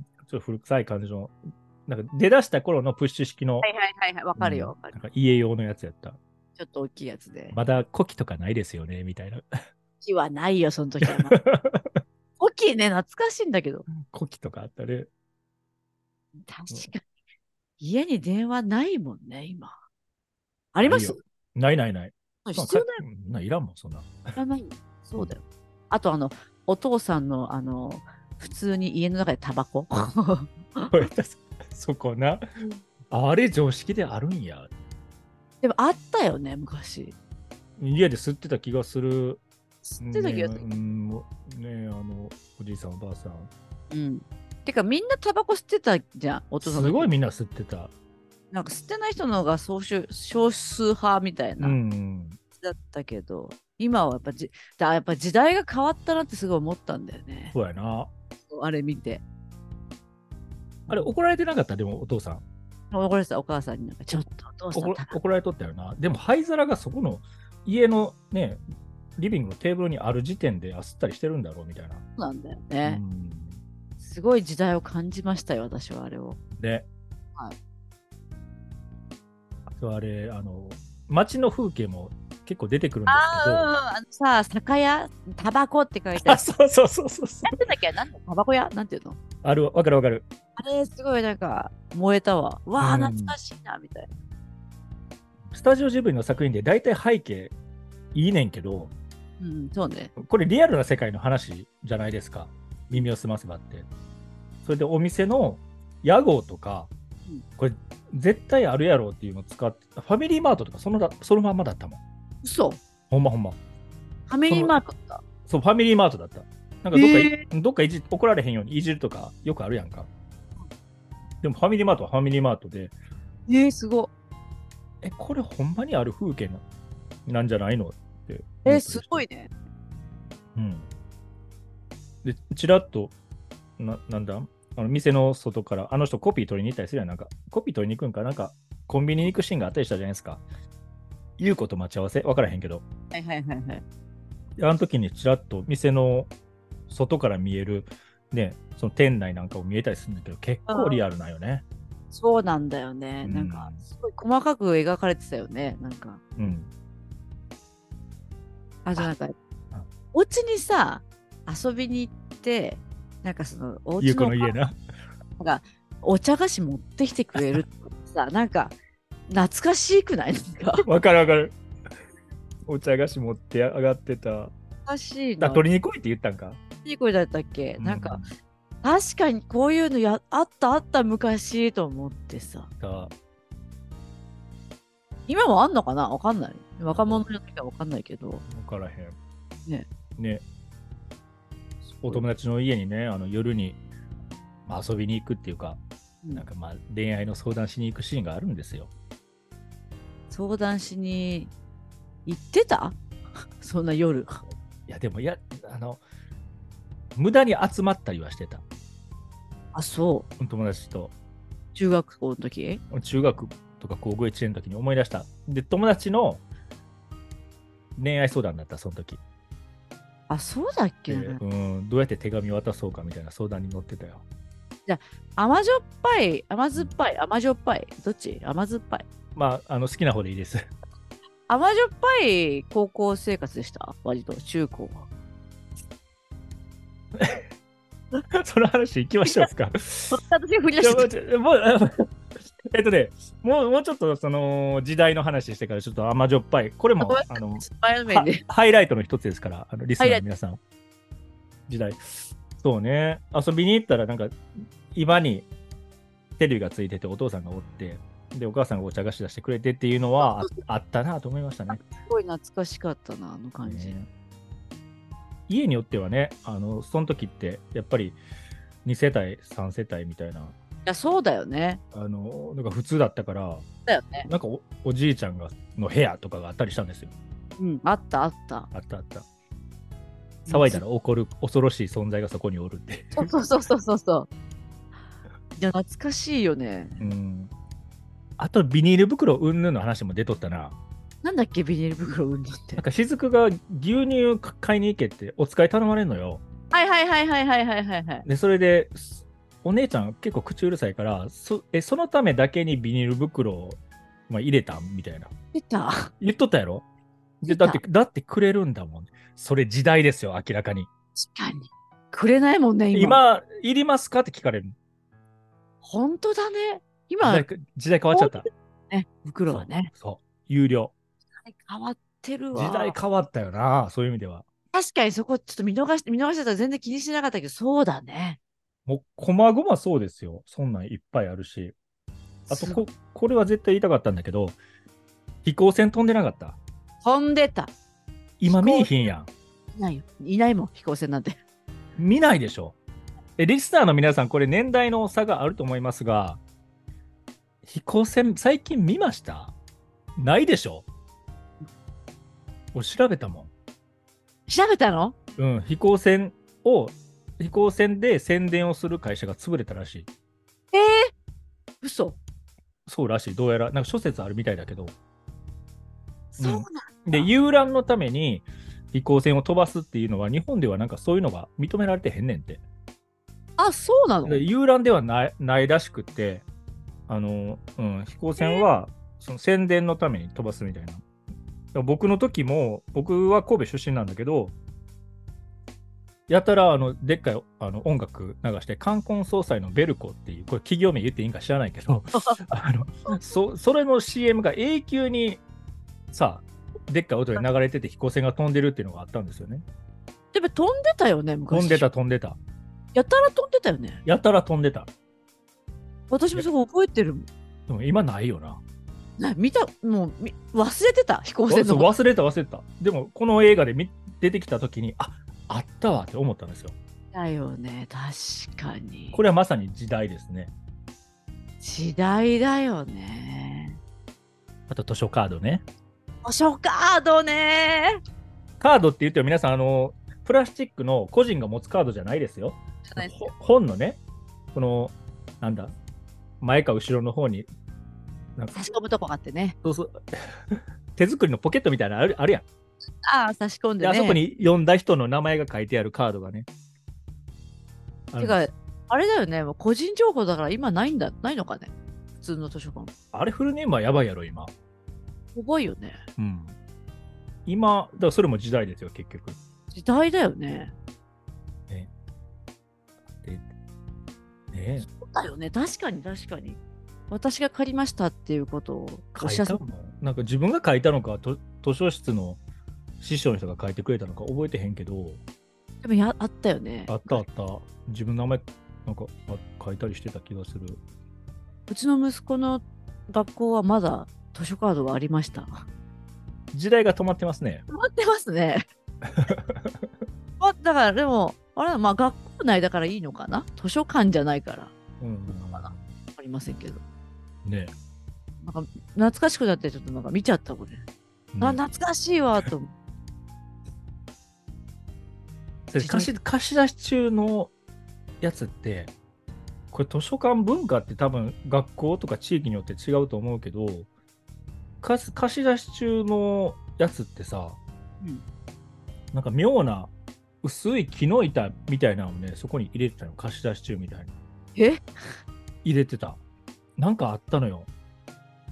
ちょっと古臭い感じの、なんか出だした頃のプッシュ式の、 はいはいはいはい、わかるよ。わかるうんなんか家用のやつやった。 ちょっと大きいやつで。 まだ古希とかないですよね、みたいな。 木はないよ、その時は。大きいね、懐かしいんだけど。 古希とかあったね。 確かに。家に電話ないもんね、今。ありますないないない。 必要だよ。 ないらんもん、そんな。 いらない。そうだよ。あと、あの、お父さんの、あの、普通に家の中でタバコ。 そこな。あれ常識であるんや。 でもあったよね、昔。 家で吸ってた気がする。 吸ってた気がする。 ねうんねえ、あの、おじいさん、おばあさん。 うん。てか、みんなタバコ吸ってたじゃん、お父さんの時。 すごいみんな吸ってた。 なんか吸ってない人の方が少数少数派みたいな、 うん。 だったけど、今はやっぱじだやっぱ時代が変わったなってすごい思ったんだよね。 そうやな。 あれ見て。 あれ、怒られてなかったでも、お父さん。 怒られてたお母さんになんか、ちょっとお父さん怒怒られとったよな。でも、灰皿がそこの家のね、リビングのテーブルにある時点であ吸ったりしてるんだろうみたいな。 そうなんだよね。 うんすごい時代を感じましたよ、私はあれを。 で、 はい、 あとあれ、あの、街の風景も結構出てくるんですけど。 ああのさ、酒屋、タバコって書いてある。 あ、そうそうそうそうそう。 やってたっけなんでタバコ屋なんていうのあるわかるわかる。 あれ、すごいなんか燃えたわ。わあ、 うん懐かしいな、みたいな。 スタジオジブリの作品で大体背景いいねんけど、 うん、そうね。 これリアルな世界の話じゃないですか。耳をすませばって。それでお店の屋号とか、うん、これ絶対あるやろうっていうのを使って、ファミリーマートとかそのそのままだったもん。 嘘ほんまほんま。 ファミリーマートだったそう、ファミリーマートだった。なんかどっか、えー、どっかいじ怒られへんようにいじるとかよくあるやんか。でもファミリーマートはファミリーマートで。 えー、すごえ、これほんまにある風景ななんじゃないのって。 えー、すごいね。 うん。で、ちらっと、ななんだあの店の外から、あの人コピー取りに行ったりするやん。なんか、コピー取りに行くんかなんか、コンビニに行くシーンがあったりしたじゃないですか。言うこと待ち合わせわからへんけど。 はいはいはいはい。 あの時にちらっと店の外から見える、ね、その店内なんかを見えたりするんだけど、結構リアルなよね。 そうなんだよね。うん、なんか、すごい細かく描かれてたよね。なんか。 うん。 あとなんか、お家にさ、遊びに行って、なんかその、お家の家な。 なんか、お茶菓子持ってきてくれるってさ、なんか、懐かしくないですかわかるわかる。お茶菓子持って上がってた。 懐かしいな。 取りに来いって言ったんか。 いい声だったっけ、うん、なんか、確かにこういうのやあったあった昔と思ってさ。今もあんのかなわかんない。若者の時はわかんないけど。わからへん。ね。 ね。お友達の家にね、あの夜に、まあ、遊びに行くっていうか、うん、なんかまあ恋愛の相談しに行くシーンがあるんですよ。 相談しに行ってたそんな夜。 いやでもいやあの無駄に集まったりはしてた。 あ、そう。 友達と。 中学校の時？ 中学とか高校いちねんの時に思い出した。で、友達の恋愛相談だった、その時。 あ、そうだっけ、 うん、どうやって手紙渡そうかみたいな相談に乗ってたよ。 じゃあ、甘じょっぱい、甘酸っぱい、甘じょっぱい。どっち？甘酸っぱい。 まあ、あの好きな方でいいです。 甘じょっぱい高校生活でした割と中高は。 その話行きましょうか。 私振り出じゃあしてた。 もうちょもうえっとね、もうもうちょっとその時代の話してからちょっと甘じょっぱい。これもごめんあの前のめりで。 はハイライトの一つですから、あのリスナーの皆さん。時代。そうね。遊びに行ったらなんか今にテレビがついててお父さんがおって、でお母さんがお茶菓子出してくれてっていうのはああったなと思いましたね。 すごい懐かしかったな、あの感じ。 ね家によってはね、あのその時ってやっぱりに世帯さん世帯みたいな、 いや、そうだよね。 あのなんか普通だったから、 だよね。 なんか お, おじいちゃんがの部屋とかがあったりしたんですよ。 うん、あったあった。 あったあった。騒いだら怒る恐ろしい存在がそこにおるって。 そうそうそうそうそうそう。いや、懐かしいよね。 うん。あとビニール袋うんぬんの話も出とったな。 なんだっけ、ビニール袋うんぬんってなん。か雫が牛乳買いに行けってお使い頼まれるのよ。 はいはいはいはいはいはいはいはい。 で、それで、お姉ちゃん結構口うるさいから、そえそのためだけにビニール袋を、まあ、入れたみたいな。 出た。 言っとったやろで出ただって、だってくれるんだもん。それ時代ですよ、明らかに。 確かに。くれないもんね、今。 今、いりますかって聞かれる。 本当だね。 時今、 代時代変わっちゃった。 ね、袋はね。 そう、そう有料。 変わってる時代わ。 変わったよな、そういう意味では。 確かにそこちょっと見逃して、見逃してたら全然気にしなかったけど、そうだね。 もう、こまごまそうですよ。そんなんいっぱいあるし。あとこ、これは絶対言いたかったんだけど、飛行船飛んでなかった。 飛んでた。 今見えひんやん。 いないよ。いないもん、飛行船なんて。 見ないでしょ。え、リスナーの皆さん、これ年代の差があると思いますが、飛行船、最近見ました？ないでしょ。俺調べたもん。 調べたの？ うん、飛行船を、飛行船で宣伝をする会社が潰れたらしい。 えー、嘘。 そうらしい。どうやら、なんか諸説あるみたいだけど。 そうなんだ。 で、遊覧のために飛行船を飛ばすっていうのは、日本ではなんかそういうのが認められてへんねんて。 あ、そうなの？ で遊覧ではない、ないらしくて、あの、うん、飛行船はその宣伝のために飛ばすみたいな。だから僕の時も、僕は神戸出身なんだけど、やたらあのでっかいあの音楽流して、冠婚葬祭のベルコっていう、これ企業名言っていいんか知らないけど、あの そ, それの シーエム が永久にさ、でっかい音で流れてて飛行船が飛んでるっていうのがあったんですよね。 でも飛んでたよね、昔。 飛んでた、飛んでた。 やたら飛んでたよね。 やたら飛んでた。 私もそこ覚えてるもん。 でも今ないよな。 な見た、もうみ忘れてた、飛行船そうのこと。 忘れた、忘れた。でもこの映画でみ出てきた時に、あ、あったわって思ったんですよ。 だよね、確かに。 これはまさに時代ですね。 時代だよね。 あと図書カードね。 図書カードね。 カードって言っても皆さん、あの、プラスチックの個人が持つカードじゃないですよ。 じゃないですよ。 本のね、この、なんだ、前か後ろの方に、なんか差し込むとこがあってね。 そうそう手作りのポケットみたいなのあるあるやん。 ああ、差し込んでで、 ね。 あそこに読んだ人の名前が書いてあるカードがね。あるてんですか、あれだよね、もう個人情報だから今ないんだ、ないのかね。普通の図書館。 あれフルネームはやばいやろ、今。 覚えよね。 うん。今、だからそれも時代ですよ、結局。 時代だよね。 ね。で、ねそうだよね。確かに確かに。私が借りましたっていうことをおっしゃっ書いたもん。なんか自分が書いたのか、と図書室の師匠の人が書いてくれたのか覚えてへんけど、 でもやあったよね。 あったあった。自分の名前、なんかあ書いたりしてた気がする。 うちの息子の学校はまだ図書カードがありました。 時代が止まってますね。 止まってますね。あだからでも、あれまあ学校内だからいいのかな、図書館じゃないから。 うん。 ありませんけど。 ねなんか懐かしくなってちょっとなんか見ちゃったこれ。 ねあ、懐かしいわと思って。 それ貸し貸し出し中のやつって、これ図書館文化って多分学校とか地域によって違うと思うけど、貸し貸し出し中のやつってさ、 うん、 なんか妙な薄い木の板みたいなのをね、そこに入れてたの。貸し出し中みたいな。 え入れてた。なんかあったのよ。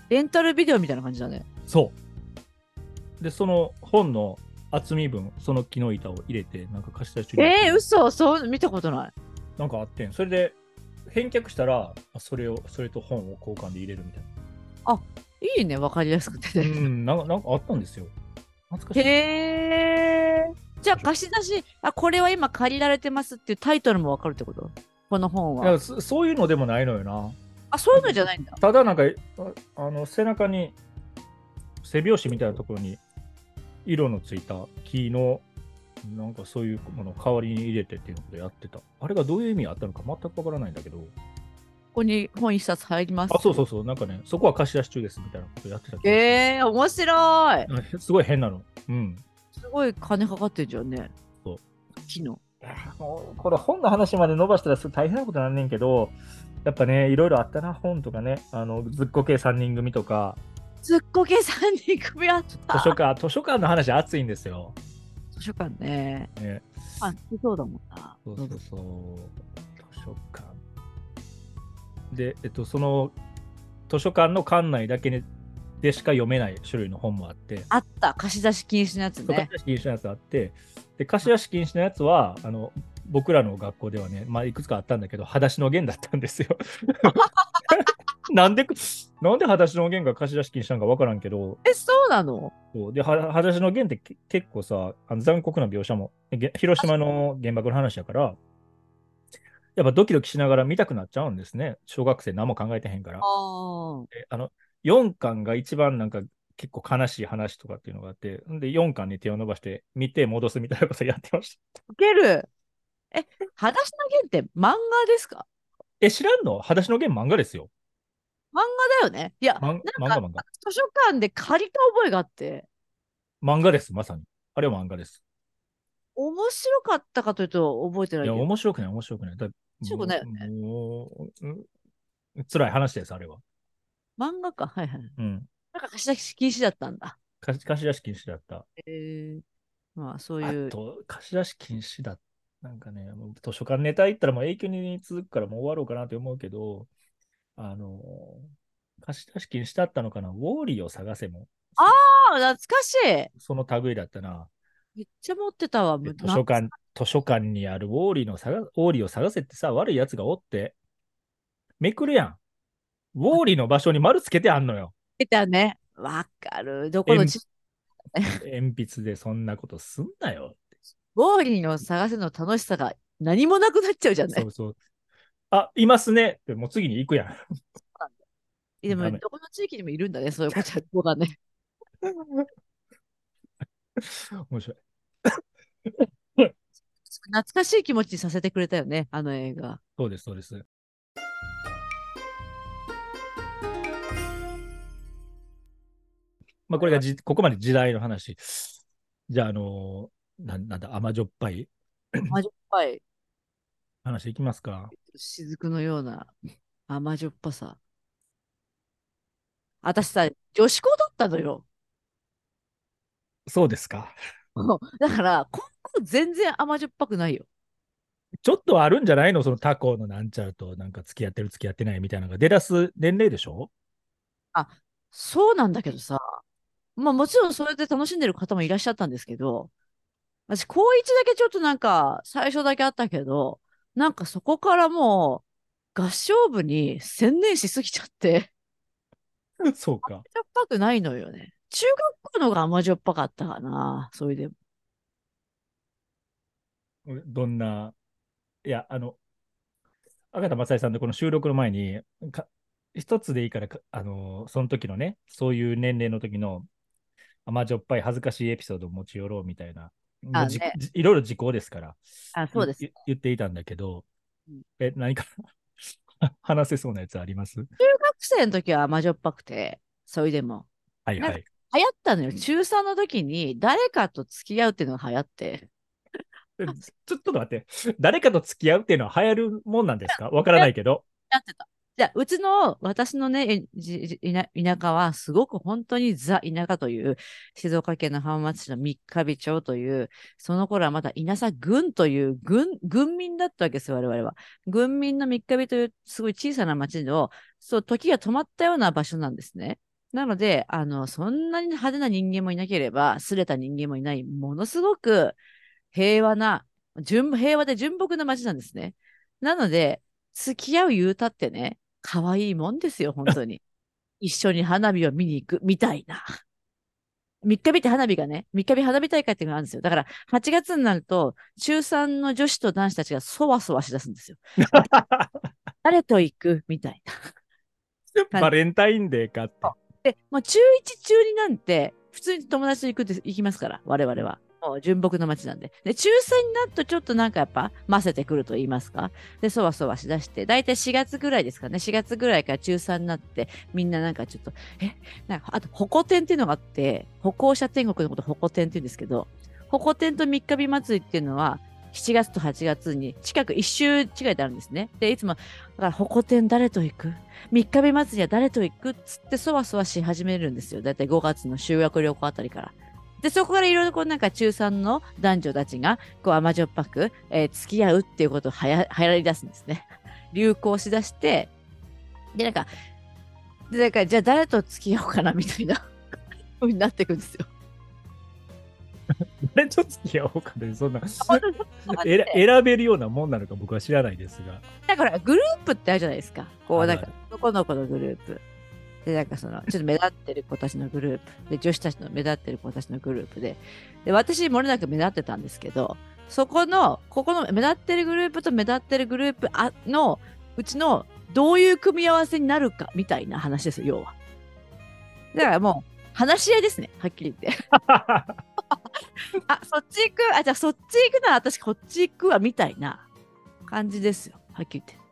レンタルビデオみたいな感じだね。 そう。で、その本の厚み分、その木の板を入れて、なんか貸し出し中になってえー、 る嘘、そう見たことない。 なんかあってん。それで、返却したら、それを、それと本を交換で入れるみたいあ、いいね、わかりやすくてな。うね。 ん、なんかなんかあったんですよ。懐かしい。 へえ。じゃあ貸し出し、あ、これは今借りられてますっていうタイトルもわかるってこと？この本は。 いやそ、そういうのでもないのよな。 あ、そういうのじゃないんだ。 ただなんか、ああの背中に、背拍子みたいなところに、色のついた木の、なんかそういうものを代わりに入れてっていうのをやってた。あれがどういう意味あったのか全くわからないんだけど。 ここに本一冊入ります。 あ、そうそうそう。なんかね、そこは貸し出し中ですみたいなことやってた気がする。 えー、面白い。 あすごい変なの。うん。 すごい金かかってんじゃんね。 そう。 昨日。 もうこれ本の話まで伸ばしたらすごい大変なことなんねんけど、やっぱね、いろいろあったな、本とかね、あのずっこけさんにん組とか、 ずっこけさんにん組あった。 図書館、図書館の話熱いんですよ。 図書館ね。 ね、 あ、そうだもんな。 そうそうそう。図書館。で、えっと、その図書館の館内だけでしか読めない種類の本もあって、 あった。貸し出し禁止のやつそうね。 貸し出し禁止のやつあって、で貸し出し禁止のやつは、あの僕らの学校ではね、まあ、いくつかあったんだけど、裸足の弦だったんですよ。なんで、なんで裸足の弦が貸し出し禁止なんか分からんけど、 え、そうなの？ そうで、は裸足の弦ってけ結構さ、あの残酷な描写も、げ広島の原爆の話やから、やっぱドキドキしながら見たくなっちゃうんですね。小学生何も考えてへんから。 ああ。 であの、よんかんが一番なんか結構悲しい話とかっていうのがあって、んで、よんかんに手を伸ばして見て戻すみたいなことやってました。 ウケる。え、裸足の弦って漫画ですか？ え、知らんの裸足の弦漫画ですよ。 漫画だよね。いや、 漫なんか漫画漫画。 図書館で借りた覚えがあって、 漫画です、まさに。あれは漫画です。 面白かったかというと覚えてないや、 いけど、 面白くない、面白くない。だもう、 面白くないよね。 もう、うん辛い話です、あれは。 漫画か。はいはい。 うん。 なんか貸し出し禁止だったんだ。 貸し貸し出し禁止だった。 えー、まあそういう。 あと、貸し出し禁止だ。なんかね、もう図書館ネタ行ったらもう永久に続くからもう終わろうかなって思うけど、あの、貸し出し禁止だったのかな、ウォーリーを探せも、 あそあ、懐かしい。 その類だったな。 めっちゃ持ってたわ。 でむな図書館、図書館にあるウォーリーの探、ウォーリーを探せってさ、悪い奴がおって、めくるやん。ウォーリーの場所に丸つけてあんのよ。 ってたね。わかる。どこの鉛ち、 鉛筆でそんなことすんなよ。 ウォーリーの探すの楽しさが何もなくなっちゃうじゃんね。 そうそう。あ、いますね。でもう次に行くやん。 でも、 ダメ。 どこの地域にもいるんだね。そういうことは。そうだね。 面白い。 懐かしい気持ちにさせてくれたよね。あの映画。 そうです、そうです。まあ、これがじ、ここまで時代の話。じゃあ、あのーな、なんだ、甘じょっぱい甘じょっぱい。 話いきますか。 雫のような甘じょっぱさ。私さ、女子校だったのよ。 そうですか。 もうだから、高校全然甘じょっぱくないよ。 ちょっとあるんじゃないのその他校のなんちゃらと、なんか付き合ってる付き合ってないみたいなのが出だす年齢でしょ？ あ、そうなんだけどさ。まあもちろんそれで楽しんでる方もいらっしゃったんですけど、私、高一だけちょっとなんか、最初だけあったけど、なんかそこからもう、合唱部に専念しすぎちゃって、 そうか。 しょっぱくないのよね。中学校の方が甘じょっぱかったかな。それでも。 どんな、いや、あの、赤田正恵さんとこの収録の前に、か一つでいいからか、あの、その時のね、そういう年齢の時の甘じょっぱい恥ずかしいエピソードを持ち寄ろうみたいな、もうじあね。 じいろいろ時効ですからあ、そう言です。 言っていたんだけど、 うん。 え、何か話せそうなやつあります？ 中学生の時は甘じょっぱくて、それでも。なんかはいはい。 流行ったのよ。中さんの時に誰かと付き合うっていうのが流行って。 えちょ、ちょっと待って。誰かと付き合うっていうのは流行るもんなんですか？わから流行っないけど。 てた。じゃあ、うちの、私のね、えじじ田田舎は、すごく本当にザ田舎という、静岡県の浜松市の三ヶ日町という、その頃はまだ稲佐郡という郡、郡民だったわけですよ、我々は。郡民の三ヶ日という、すごい小さな町の、そう、時が止まったような場所なんですね。 なので、あの、そんなに派手な人間もいなければ、すれた人間もいない、ものすごく平和な、純平和で純朴な街なんですね。なので、付き合う言うたってね、可愛いもんですよ、本当に。一緒に花火を見に行くみたいな。三日日って花火がね、三日日花火大会っていうのがあるんですよ。だから、はちがつになると、中さんの女子と男子たちがそわそわしだすんですよ。誰と行くみたいな感じ。 バレンタインデーかって。 で、もう中いち、中になんて、普通に友達と行くって行きますから、我々は。もう純朴の街なんで。で、中さんになるとちょっとなんかやっぱ、混ぜてくると言いますか。で、そわそわしだして、だいたいしがつぐらいですかね。しがつぐらいから中さんになって、みんななんかちょっと、え、なんか、あと、ホコ天っていうのがあって、歩行者天国のことホコ天って言うんですけど、ホコ天と三日日祭りっていうのは、しちがつとはちがつに近く一周違いであるんですね。で、いつも、だから、ホコ天誰と行く三日日祭りは誰と行くっつってそわそわし始めるんですよ。だいたいごがつの修学旅行あたりから。で、そこからいろいろこうなんか中さんの男女たちがこう甘じょっぱく、えー付き合うっていうことをはや流行り出すんですね。流行しだして、で、なんか、で、なんかじゃあ誰と付き合おうかなみたいな風になっていくんですよ。 誰と付き合おうかね、そんな本当にそうなんで選選べるようなもんなのか僕は知らないですが。 だからグループってあるじゃないですか。こうなんかあるある男の子のグループ。で、なんかその、ちょっと目立ってる子たちのグループ。で、女子たちの目立ってる子たちのグループで。で、私、もれなく目立ってたんですけど、そこの、ここの目立ってるグループと目立ってるグループあのうちのどういう組み合わせになるかみたいな話ですよ、要は。だからもう、話し合いですね、はっきり言って。あ、そっち行く、あ、じゃあそっち行くなら私こっち行くわ、みたいな感じですよ、はっきり言って。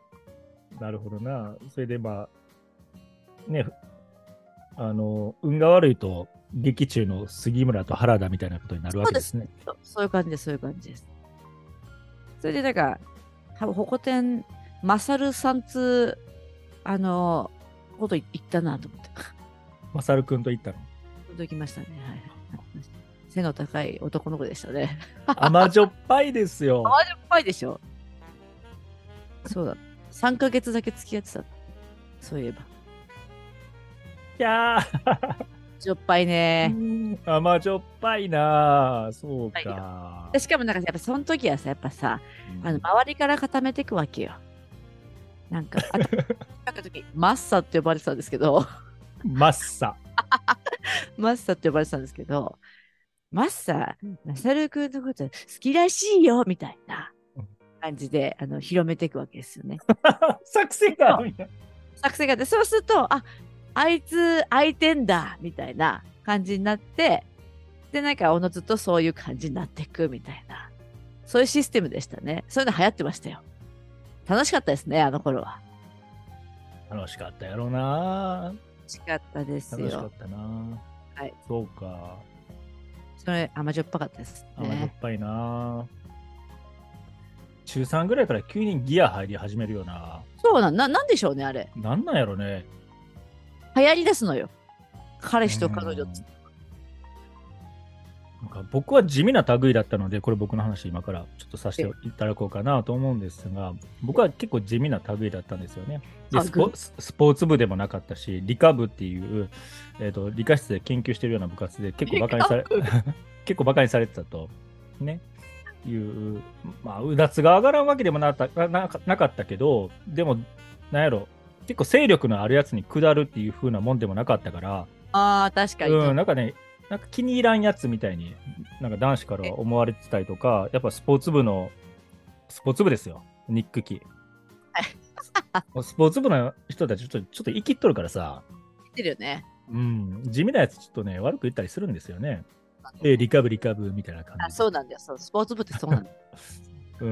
なるほどな。それでまあ、ね、あの、運が悪いと、劇中の杉村と原田みたいなことになるわけですね。 そうそういう感じです、そういう感じです。それで、なんか、多分、ホコ天、マサルさんつ、あの、こと言ったなと思って。 マサル君と言ったの。 届きましたね。はい。背の高い男の子でしたね。 甘じょっぱいですよ。 甘じょっぱいでしょ。そうだ。さんかげつだけ付き合ってた。そういえば。 いやーしょっぱいね。 甘じょっぱいなあ。そうはいか。 でしかもなんかやっぱその時はさ、やっぱさ、 うんあの周りから固めていくわけよ。なんか、あと、なんか時、マッサって呼ばれてたんですけど、 マッサ。 マッサって呼ばれてたんですけど、マッサ、マサル君のこと好きらしいよ、みたいな感じで、あの、広めていくわけですよね。 作戦があるんや。 作戦があって、そうすると、あ、あいつ空いてんだ、みたいな感じになって、で、なんか、おのずとそういう感じになっていくみたいな、そういうシステムでしたね。そういうの流行ってましたよ。楽しかったですね、あの頃は。 楽しかったやろうな。 楽しかったですよ。 楽しかったな。 はい。 そうか。 それ、甘じょっぱかったです甘じょっね。 ぱいな。中さんぐらいから急にギア入り始めるよな。 そうなん、な、なんでしょうね、あれ。 なんなんやろね。 流行り出すのよ。彼氏と彼女っつって。 なんか僕は地味な類だったので、これ僕の話今からちょっとさせていただこうかなと思うんですが、僕は結構地味な類だったんですよね。であスポ、 ぐスポーツ部でもなかったし、理科部っていう、えーと、理科室で研究してるような部活で結構バカにされ、結構バカにされてたと、ね、いう、まあ、うだつが上がらんわけでもなかったななかったけど、でも、なんやろ、結構勢力のあるやつに下るっていう風なもんでもなかったから、 ああ、確かに。 うん、なんかね、なんか気に入らんやつみたいに、なんか男子からは思われてたりとか、やっぱスポーツ部の、スポーツ部ですよ、ニック期。スポーツ部の人たちちょっと、ちょっと生きっとるからさ、 言ってるよね。 うん、地味なやつちょっとね、悪く言ったりするんですよね。えー、リカブリカブみたいな感じで。 あ、そうなんだよ。そう、スポーツ部ってそうなんだよ。 うん、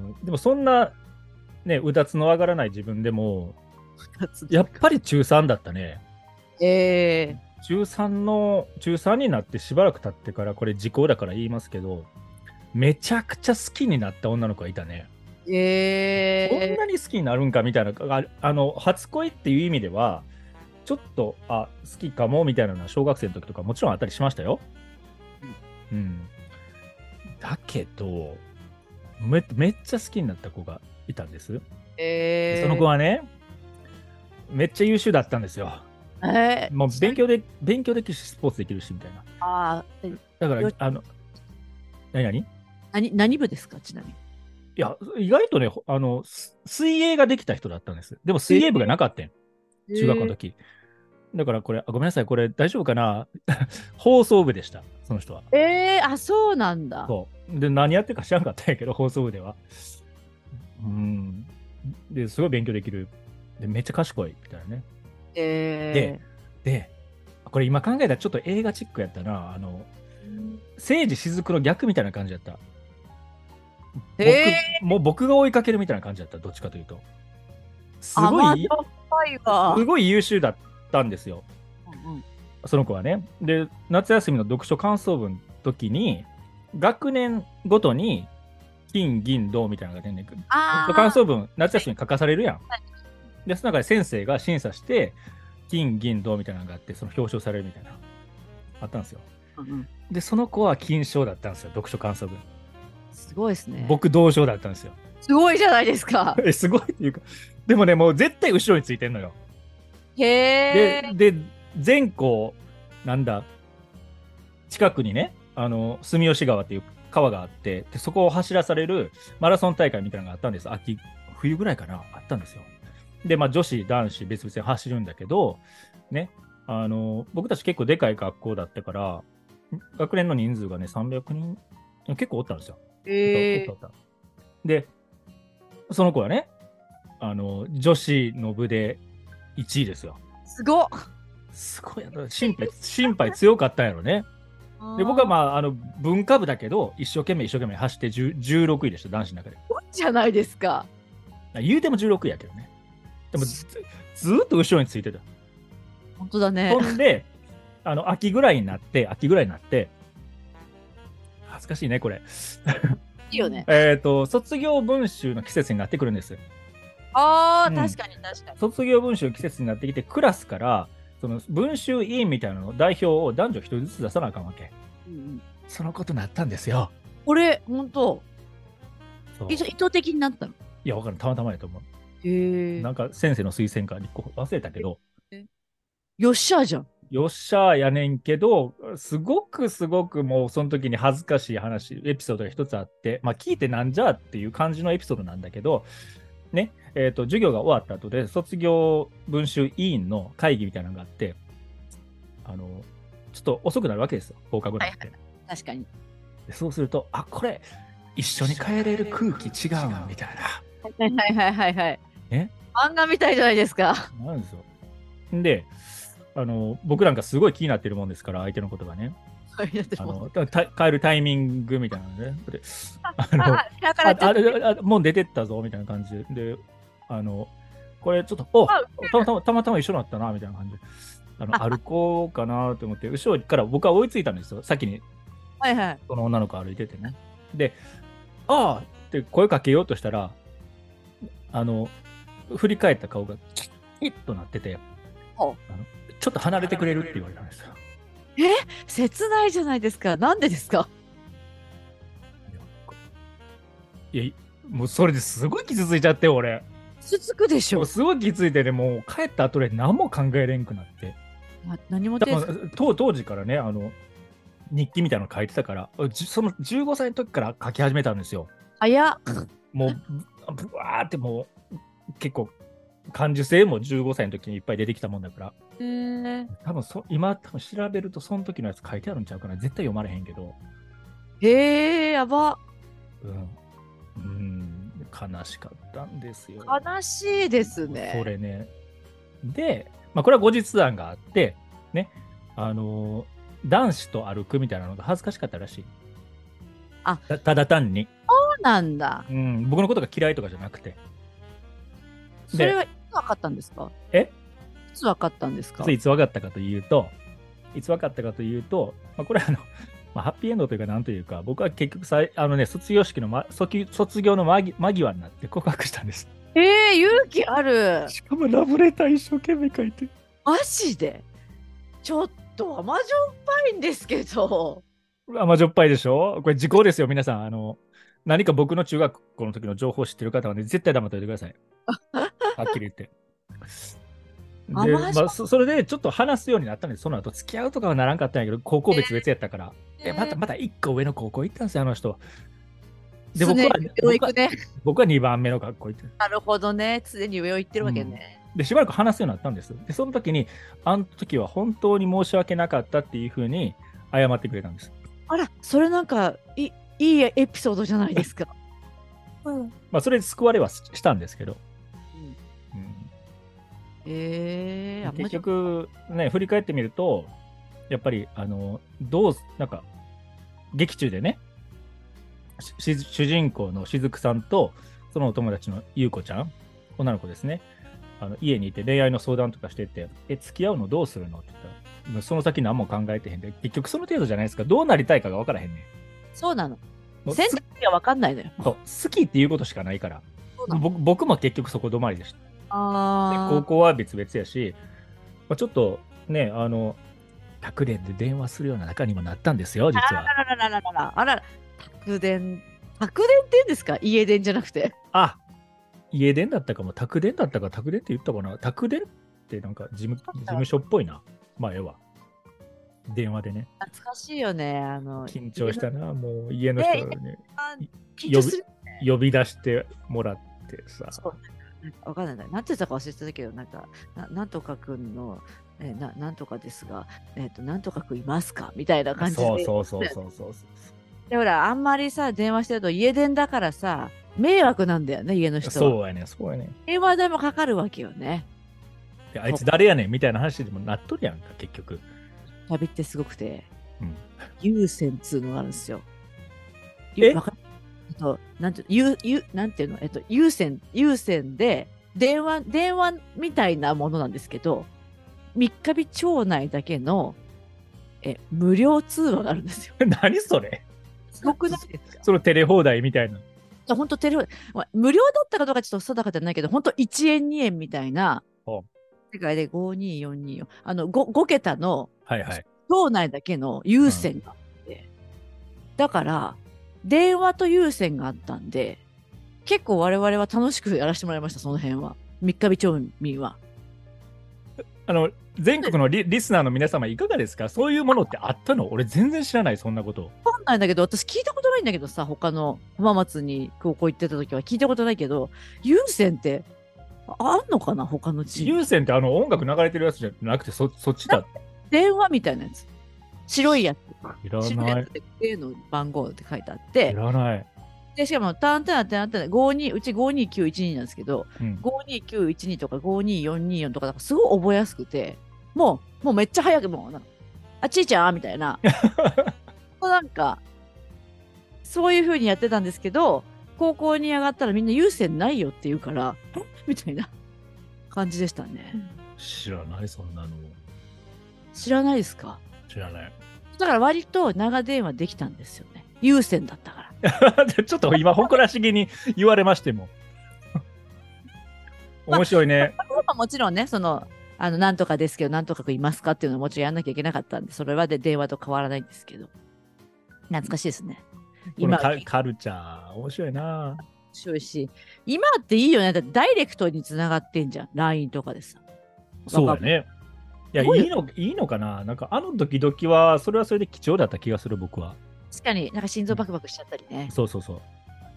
でもそんな、ね、うだつの上がらない自分でも、やっぱり中さんだったね。 ええ中さんの、中さんになってしばらく経ってから、これ時効だから言いますけど、めちゃくちゃ好きになった女の子がいたね。 えこんえなに好きになるんかみたいな、ああの、初恋っていう意味では、ちょっと、あ、好きかもみたいなのは小学生の時とかもちろんあったりしましたよ。うん。うん、だけどめ、めっちゃ好きになった子がいたんです。 ええその子はね、めっちゃ優秀だったんですよ。 えもうー、 勉強で、勉強できるし、スポーツできるし、みたいな。 あーえだからよ、 あの、何々い何、何部ですか、ちなみに。 や、意外とね、ほあの、す水泳ができた人だったんです。でも水泳部がなかったん。中学校のえ時。だからこれ、あごめんなさい、これ大丈夫かな放送部でした、その人は。 ー、えー、あ、そうなんだ。 そう。で、何やってるか知らんかったんやけど、放送部では。うん。で、すごい勉強できる。で、めっちゃ賢い、みたいなね。で、 えで、これ今考えたらちょっと映画チックやったな。あの、 ー、 聖司雫の逆みたいな感じやった。僕、 えもう僕が追いかけるみたいな感じだった、どっちかというと。すー、 ごい、 甘じょっぱいわ。 すごい優秀だったんですよ。 うんうん、 その子はね。で、夏休みの読書感想文の時に、学年ごとに金、銀、銅みたいなのが出んねんけど、読書感あ想文、夏休みに書かされるやん。で、その中で先生が審査して、金、銀、銅みたいなのがあって、その表彰されるみたいな、あったんですよ。 ー、うんうん、 で、その子は金賞だったんですよ、読書感想文。 すごいですね。 僕、銅賞だったんですよ。 すごいじゃないですか。 え、すごいっていうか、でもね、もう絶対後ろについてんのよ。で、 へえ。 で、全校、なんだ、近くにね、あの、住吉川っていう川があって、でそこを走らされるマラソン大会みたいなのがあったんです。秋、冬ぐらいかな、あったんですよ。で、まあ、女子、男子、別々に走るんだけど、ね、あの、僕たち結構でかい学校だったから、学年の人数がね、さんびゃくにん、結構おったんですよ。 へえ。 おったおった。で、その子はね、あの、女子の部でいちいですよ。 すごっ。 すごいやろ。心配、心配強かったんやろね。で、僕はまあ、あの、文化部だけど、一生懸命一生懸命走ってじゅうじゅうろくいでした、男子の中で。 すごいじゃないですか。 言うてもじゅうろくいやけどね。でもず、ずーっと後ろについてた。 本当だね。 ほんで、あの、秋ぐらいになって、秋ぐらいになって、恥ずかしいね、これ。 いいよね。 えっと、卒業文集の季節になってくるんです。 ああ、 うん確かに確かに。 卒業文集の季節になってきて、クラスから、その文集委員みたいなの代表を男女一人ずつ出さなあかんわけ。 うんうん、 そのことになったんですよ。 これ、本当そう意図意図的になったの。 いや、わかる。たまたまやと思う。 へえ。 なんか先生の推薦か立候補忘れたけど、 よっしゃじゃん。 よっしゃーやねんけど、すごくすごくもうその時に恥ずかしい話、エピソードが一つあって、まあ聞いてなんじゃっていう感じのエピソードなんだけど、ね、えっ、と、授業が終わった後で卒業文集委員の会議みたいなのがあって、あの、ちょっと遅くなるわけですよ、放課後なんて。 はいはい、確かに。 でそうすると、あ、これ、一緒に帰れる空気違うみたいはいはいはいはいはい。 ね。 漫画みたいじゃないですか。 な。なんですよ。で、あの、僕なんかすごい気になってるもんですから、相手のことがね。あの、た帰るタイミングみたいなのね。で、あの、 あ、開かれてああれあもう出てったぞみたいな感じで、で、あの、これちょっと、おあたまたま、たまたま一緒だったな、みたいな感じで、あの、歩こうかなと思って、後ろから僕は追いついたんですよ。先に、 はいはい。 その女の子歩いててね。で、ああって声かけようとしたら、あの、振り返った顔がキッとなってて、あのちょっと離れてくれるって言われたんですよ。 切ないじゃないですか。なんでですか。 いや、いやもうそれですごい傷ついちゃって、俺。 つつくでしょ。 もうすごい傷ついてね、もう帰った後で何も考えれんくなって。 あ、何も多手つ分当当時からね、あの、日記みたいなの書いてたから、じそのじゅうごさいの時から書き始めたんですよ。 早っ。 もう、ぶぶわーってもう、結構、感受性もじゅうごさいの時にいっぱい出てきたもんだから、 へえ。 多分そ今多分調べるとその時のやつ書いてあるんちゃうかな。絶対読まれへんけど、 へえ、やば。 うん、うん悲しかったんですよ。 悲しいですね。 それね。で、まあ、これは後日談があって、ね、あのー男子と歩くみたいなのが恥ずかしかったらしい。 あたただ単に、 そうなんだ。 うん、僕のことが嫌いとかじゃなくて。 それはいつ分かったんですか。 えいつ分かったんですか。 いつ分かったかというと、いつ分かったかというと、まあ、これはあの、まあ、ハッピーエンドというか、なんというか、僕は結局さい、あのね、卒業式の、ま、卒卒業の間際間際になって告白したんです。 えー、勇気ある。 しかもラブレター一生懸命書いて。 マジでちょっと甘じょっぱいんですけど。 甘じょっぱいでしょこれ時効ですよ、皆さん。あの、何か僕の中学校の時の情報を知ってる方はね、絶対黙っておいてください。はっきり言って。 で、 あマジまあ、そそれでちょっと話すようになったんです。その後、付き合うとかはならんかったんやけど、高校別々やったから。え、また、またいっこ上の高校行ったんですよ、あの人。で、僕は、 常に上を僕は、 行くね。 僕はにばんめの学校行ってる。 なるほどね。常に上を行ってるわけうんね。 で、しばらく話すようになったんです。で、その時に、あの時は本当に申し訳なかったっていうふうに謝ってくれたんです。 あら、それなんかいいいエピソードじゃないですか。うん。 まあ、それで救われはししたんですけど、 うん、 うんえー、あんま結り局、ね、振り返ってみると、やっぱり、あの、どう、なんか、劇中でね、し主人公の雫さんと、そのお友達の優子ちゃん、女の子ですね、あの家にいて恋愛の相談とかしてて、え、付き合うのどうするのって言ったら、その先何も考えてへんで、結局その程度じゃないですか、どうなりたいかが分からへんねん。 そうなの。 もう選択肢が分かんないのよ。 そう好きっていうことしかないから、 そうなの。 僕僕も結局そこ止まりでした。で高あ校は別々やし、まあ、ちょっとね、あの、宅電で電話するような仲にもなったんですよ、 あ、 実は。 あらららららら、あら、宅電、宅電って言うんですか？家電じゃなくて。 あ、家電だったかも、宅電だったか、宅電って言ったかな。宅電ってなんか事務事務所っぽいな。まあ、ええわ。電話でね。 懐かしいよね。あの、 緊張したな、もう家の家人に、 のね、あ緊呼び張する。 呼び出してもらってさ。 そう。なんかわかんない。なんて言ったか忘れてたけど、なんか、ななんとかくんの、えななんとかですが、えっ、と、なんとかくんいますかみたいな感じで。 そうそうそうそうそうそう。 で、ほら、あんまりさ、電話してると家電だからさ、迷惑なんだよね、家の人は。 そうやね、そうやね。 電話代もかかるわけよね。 であいつ誰やねんみたいな話でもなっとるやんか、結局。 旅ってすごくて、 うん、 有線っつうのがあるんですよ。 えわかる？えっと、なんて、有、有、なんていうの？えっと、有線、有線で、電話、電話みたいなものなんですけど、三日日町内だけの、え、無料通話があるんですよ。 何それ？ すごくないですか？ そのテレ放題みたいな。 本当テレフォン、まあ無料だったかどうかちょっと定かじゃないけど、本当いちえんにえんみたいな、 お世界でごにーよんにーよん、あの 5, ご桁のはいはい。 町内だけの有線があって、だから電話と有線があったんで、結構我々は楽しくやらせてもらいました、その辺は。三日日町民は。 あの、全国のリリスナーの皆様いかがですか？そういうものってあったの？俺全然知らない、そんなこと。 わかんないんだけど、私聞いたことないんだけどさ、他の浜松に高校行ってた時は聞いたことないけど、有線ってああんのかな、他の地域。 有線ってあの音楽流れてるやつじゃなくて、そそっちだ。 電話みたいなやつ。白いやつ。 いら白いない。 やつで A の番号って書いてあっいて、 らない。 でしかもターンテナってなってないごにうちごにきゅういちになんですけど、 うん、 ごにきゅういちにとかごによんによんとか、なんかすごい覚えやすくて、もう、もうめっちゃ早く、もうなんか、あ、ちいちゃんみたいな、なんか、そういう風にやってたんですけど、高校に上がったらみんな有線ないよって言うから、えみたいな感じでしたね。 知らない、そんなの。 知らないですか？ 知らない。 だから割と長電話できたんですよね。有線だったから。 ちょっと今、誇らしげに言われましても。面白いね。 まあ、もちろんね、その、あの、なんとかですけど、なんとかくいますかっていうのはもちろんやんなきゃいけなかったんで、それはで電話と変わらないんですけど。懐かしいですね。 この今はカカルチャー、面白いな。 面白いし、今っていいよね。だってダイレクトにつながってんじゃん。ライン とかでさ。 そうだね。いや、 すごいいいの、いいのかな。なんか、あのドキドキは、それはそれで貴重だった気がする、僕は。 確かになんか心臓バクバクしちゃったりね。 そうそうそう。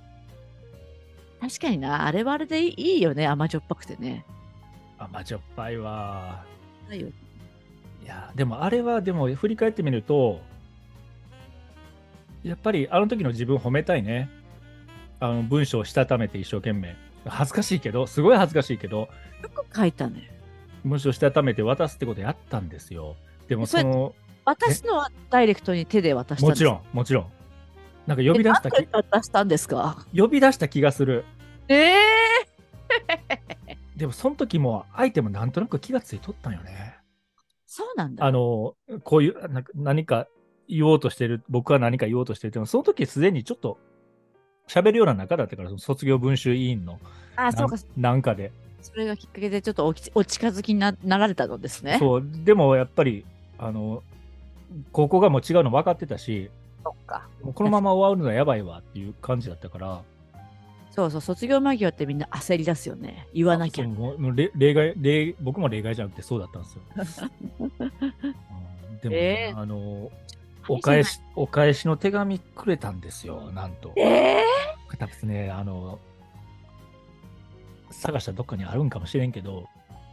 確かにな、あれはあれでいいよね。甘じょっぱくてね。 甘じょっぱいわ。 ないよ。 いや、でもあれは、でも振り返ってみると、やっぱりあの時の自分褒めたいね。あの文章をしたためて一生懸命。恥ずかしいけど、すごい恥ずかしいけど、 よく書いたね。 文章をしたためて渡すってことやったんですよ。でもそれその、 渡すのはダイレクトに手で渡したんですもちろん、もちろん。なんか呼び出したきえなんで渡したんですか？ 呼び出した気がする。 ええでもその時も相手もなんとなく気がついとったんよね。 そうなんだ。 あの、こういうなんか何か言おうとしてる、僕は何か言おうとしてるっても、その時すでにちょっと喋るような仲だったから、その卒業文集委員のあ、そうか。 なんかで。 それがきっかけでちょっとおきお近づきにななられたのですね。 そう、でもやっぱり、あの、高校がもう違うの分かってたし、 そっか。 もうこのまま終わるのはやばいわっていう感じだったから、 そうそう、卒業間際ってみんな焦り出すよね。言わあ、そう、 なきゃ。 もう例例外、例、僕も例外じゃなくてそうだったんですよ。うんでもね、 えあの、 ー、いいじゃない。 お返し、お返しの手紙くれたんですよ、なんと。 え多分ね、あの、探したらどっかにあるんかもしれんけど、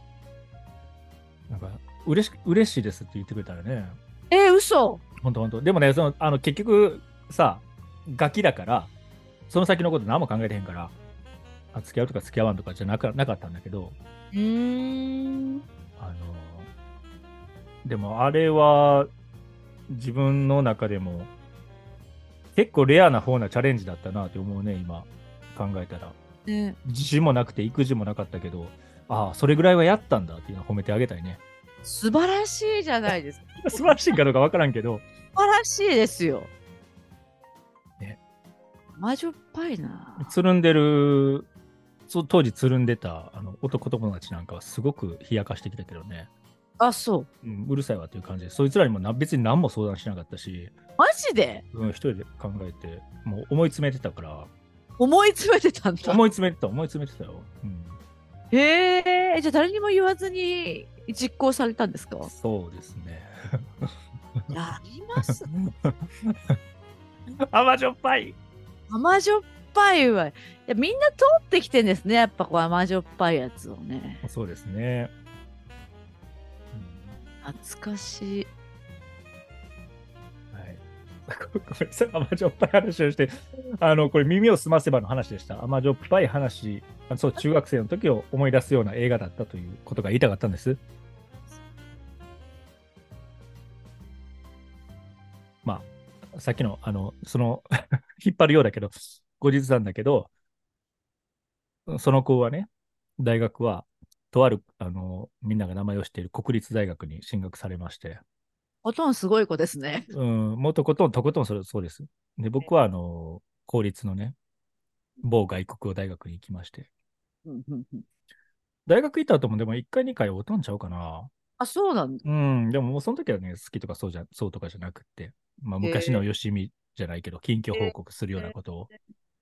なんか、嬉し、嬉しいですって言ってくれたらね、 ー、えー、嘘。 ほんとほんと。でもね、その、あの、結局、さ、ガキだから、その先のこと何も考えてへんから、あ付き合うとか付き合わんとかじゃなか、なかったんだけど、 うーん。 あの、でもあれは自分の中でも結構レアな方なチャレンジだったなって思うね、今考えたら。 ね、 自信もなくて育児もなかったけど、ああ、それぐらいはやったんだっていうのを褒めてあげたいね。 素晴らしいじゃないですか。 素晴らしいかどうかわからんけど、 素晴らしいですよ。 ね、 魔女っぱいな。 つるんでる、そ当時つるんでたあの男友達なんかはすごく冷やかしてきたけどね、 あ、そう。 うん、うるさいわっていう感じで、そいつらにもな別に何も相談しなかったし、 マジでうん、一人で考えて、もう思い詰めてたから、 思い詰めてたんだ。 思い詰めてた、思い詰めてたよ。うん、 へえ、じゃあ誰にも言わずに実行されたんですか？ そうですね。 やりますね。 甘じょっぱい。 甘じょっぱいわ。いや、みんな通ってきてんですね。やっぱこう甘じょっぱいやつをね。 そうですね。 懐かしい。 うん、はい。ごめんなさい、甘じょっぱい話をして、あの、これ耳をすませばの話でした。甘じょっぱい話、あそう、中学生の時を思い出すような映画だったということが言いたかったんです。まあ、さっきの、あの、その引っ張るようだけど、後日なんだけど、その子はね、大学は、とある、あの、みんなが名前を知っている国立大学に進学されまして、 ほとんどすごい子ですね。 うん、もうとことん、とことんそれそうです。で、僕は、あの、公立のね、某外国語大学に行きまして、 うんうんうん、 大学行った後もでもいっかい、にかいおとんちゃうかな。 あ、そうなんだ。 うん、でももうその時はね、好きとかそうじゃ、そうとかじゃなくって、まあへ昔のえ。 よしみじゃないけど、近況報へ告するようなえ、 ことを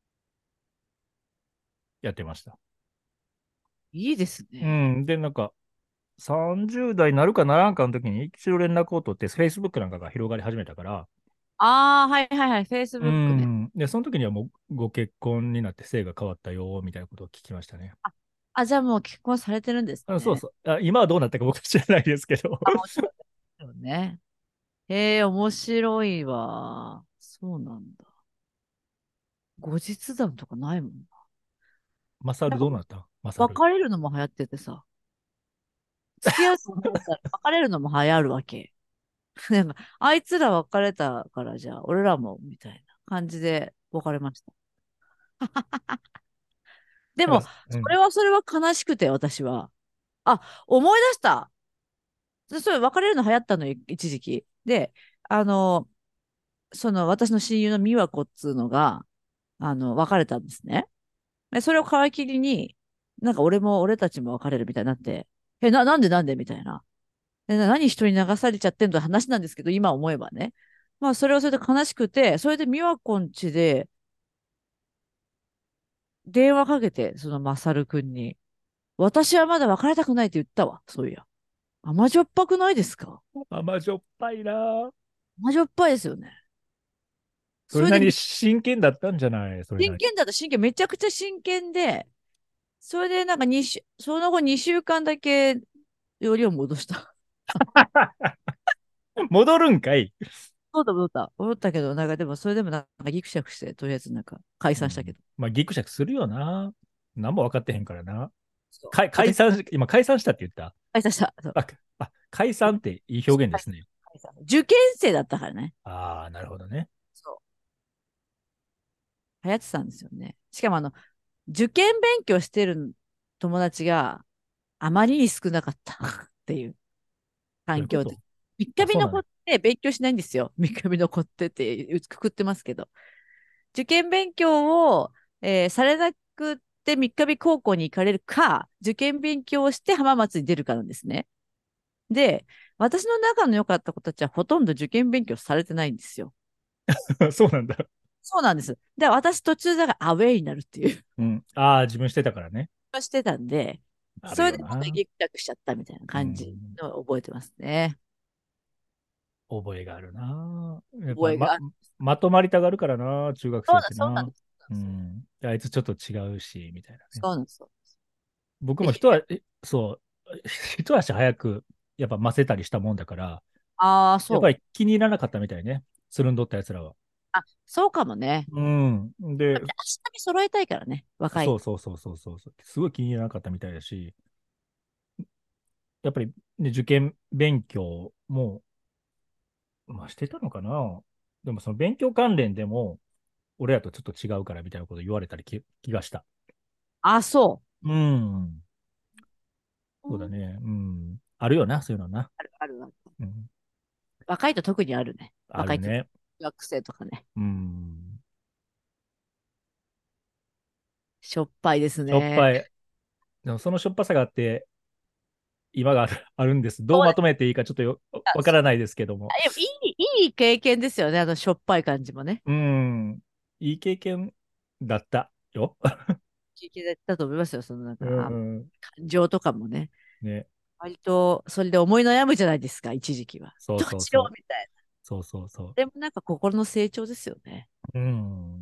やってました。 いいですね。 うん、で、なんか、さんじゅう代になるかならんかの時に一度連絡を取って、Facebook なんかが広がり始めたから、 ああ、はいはいはい。 う Facebook ね。 ん、で、その時にはもうご結婚になって性が変わったよ、みたいなことを聞きましたね。 あ、あ、じゃあもう結婚されてるんですあ、そうね。 そう。あ、今はどうなったか僕は知らないですけど。 あ、もちろんですよね。へえ、面白いわ。そうなんだ。後日談とかないもんな。 マサなんか、 ルどうなったマサル。 別れるのも流行っててさ、付き合うと思ったら別れるのも流行るわけ。なんか、あいつら別れたからじゃあ、俺らも、みたいな感じで別れました。でも、 なんか、うん。 それはそれは悲しくて、私は。あ、思い出した。でそれ別れるの流行ったのよ、一時期。で、あの、その私の親友の美和子っつうのが、あの、別れたんですね。で、それを皮切りに、なんか俺も俺たちも別れるみたいになって、え、な、なんでなんでみたいな。で、な何人に流されちゃってんの話なんですけど、今思えばね。まあ、それはそれで悲しくて、それで美和子ん家で電話かけて、そのマサルくんに、私はまだ別れたくないって言ったわ、そういや。甘じょっぱくないですか？ 甘じょっぱいな。 甘じょっぱいですよね。 それなりにそれで、 真剣だったんじゃないそれなり。 真剣だった、真剣、めちゃくちゃ真剣で、それでなんかに週、その後にしゅうかんだけよりを戻した。 戻るんかい。 そうだ、戻った。戻ったけど、なんかでもそれでもなんかギクシャクして、とりあえずなんか解うん。 散したけど。 まあ、ギクシャクするよな。何も分かってへんからな。 そう。 か解で、 散し、今解散したって言った。 解散した。そう。 あ、あ解散っていい表現ですね。 解散受験生だったからね。 ああ、なるほどね。 そう。流行ってたんですよね。しかもあの、受験勉強してる友達があまりに少なかったっていう環境で。 どういうこと三日あ、そうなんだ。 日残って勉強しないんですよ。三日日残ってってくくってますけど。受験勉強を、えーされなくって三日日高校に行かれるか、受験勉強をして浜松に出るかなんですね。で、私の仲の良かった子たちはほとんど受験勉強されてないんですよ。 そうなんだ。 そうなんです。で、私途中だからアウェイになるっていう。 うん。ああ、自分してたからね。 してたんで、 あるそれでなんかよな。 ギクシャクしちゃったみたいなう感じん。 のを覚えてますね。 覚えがあるな。やっぱ、ま、 覚えがある。 まとまりたがるからな、中学生っそうなんそうなんてな。 です。 うん。あいつちょっと違うし、みたいなね。 そうなんです。そうなんです。で、ひ僕も一足、えそう、一足早く、やっぱませたりしたもんだから、 ああ、 やっぱそう。 り気に入らなかったみたいね。つるんどった奴らは。 あ、そうかもね。 うん。で、 明日に揃えたいからね。若い。 そうそうそうそうそうそう。すごい気に入らなかったみたいだし、やっぱり、ね、受験勉強も、まあ、してたのかな。でもその勉強関連でも、俺らとちょっと違うからみたいなこと言われたりき気がした。 あ、そうん。 う。うん、 そうだね。うん。あるよな、そういうのな。 あるあるある。 うん。 若いと特にあるね。若いって、 あるね。 学生とかね。 うん。 しょっぱいですね。 しょっぱい。でもそのしょっぱさがあって、今がある、あるんです。どうそうですまとめていいかちょっとよわかか。 らないですけども。 あでもいい、いい経験ですよね。あのしょっぱい感じもね。 うん。いい経験だったよ。 経験だったと思いますよ。そのなんうか、あん。 感情とかもね。 ね。 割とそれで思い悩むじゃないですか、一時期は。 そうどうしよそうそう。 うみたいな。 そうそうそでもなんか心の成長ですよね。 う。うん。